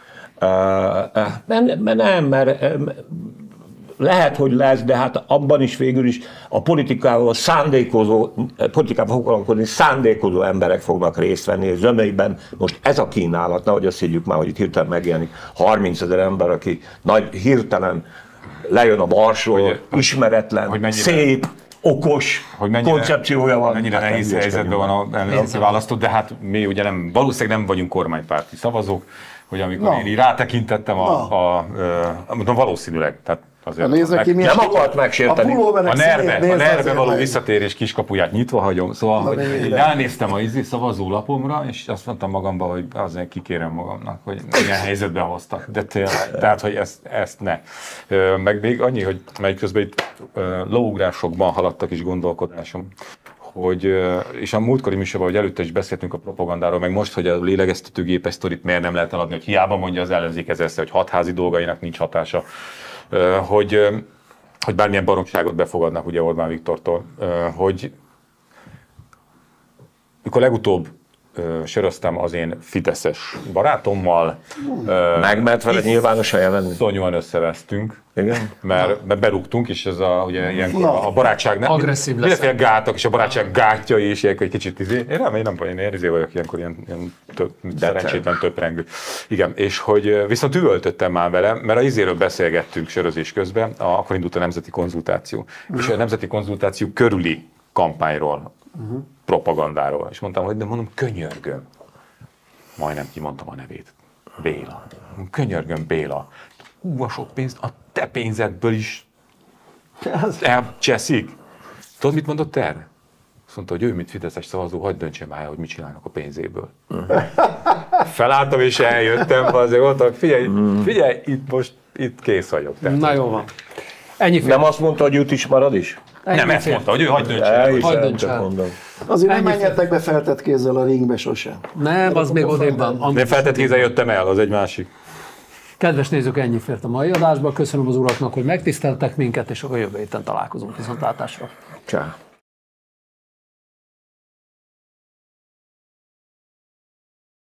Mert lehet, hogy lesz, de hát abban is végül is a politikával foglalkozni szándékozó emberek fognak részt venni, és zömeiben most ez a kínálat, nehogy azt higgyük már, hogy itt hirtelen megjelenik 30 000 ember, aki hirtelen lejön a marsról, ismeretlen, szép, okos koncepciója van. Mennyire nehéz helyzetben van a ellenzéki választó, de hát mi ugye valószínűleg nem vagyunk kormánypárti szavazók, hogy amikor én így rátekintettem mondom, valószínűleg, tehát azért nem akart megsérteni. A nerve való visszatérés kiskapuját nyitva hagyom, szóval hogy én elnéztem a szavazólapomra, és azt mondtam magamban, hogy azért kikérem magamnak, hogy milyen helyzetbe hoztak. De tényleg, tehát, hogy ezt ne. Meg még annyi, hogy mely közben itt lóugrásokban haladtak is gondolkodásom, és a múltkori műsorban, hogy előtte is beszéltünk a propagandáról, meg most, hogy a lélegeztetőgépes sztorit miért nem lehet eladni, hogy hiába mondja az ellenzék ezerszer, hogy hatházi dolgainak nincs hatása, hogy bármilyen baromságot befogadnak ugye Orbán Viktortól, hogy mikor legutóbb söröztem az én fideszes barátommal. Megmert vele nyilvánosan jelenni? Szonyúan összevesztünk. Igen? Mert berúgtunk, és ez ugye ilyenkor a barátság... Agresszív lesz. Mindenféle gátak, és a barátság gátjai is ilyenkor egy kicsit én nem vagyok ilyenkor ilyen szerencsétlen töprengő. Igen, és hogy viszont üvöltöttem már vele, mert a izéről beszélgettünk sörözés közben, akkor indult a nemzeti konzultáció. És a nemzeti konzultáció körüli kampányról, propagandáról. És mondtam, hogy de mondom, könyörgöm. Majdnem kimondtam a nevét. Béla. Könyörgöm, Béla. A sok pénzt a te pénzedből is elcseszik. Tudod, mit mondott erre? Azt mondta, hogy ő, mint fideszes szavazó, hagyd döntse már el, hogy mit csinálnak a pénzéből. Felálltam és eljöttem, azért mondtam, figyelj, itt kész vagyok. Na jó van. Ennyi nem azt mondta, hogy jut is marad is? Nem, ezt mondta, hogy ő hagyd döntse el. Azért nem menjetek be feltett kézzel a ringbe sosem. Nem, az még odébb van. De feltett kézzel jöttem el, az egy másik. Kedves nézők, ennyi fért a mai adásba. Köszönöm az uraknak, hogy megtiszteltek minket, és akkor jövő héten találkozunk. Viszontlátásra. Csá.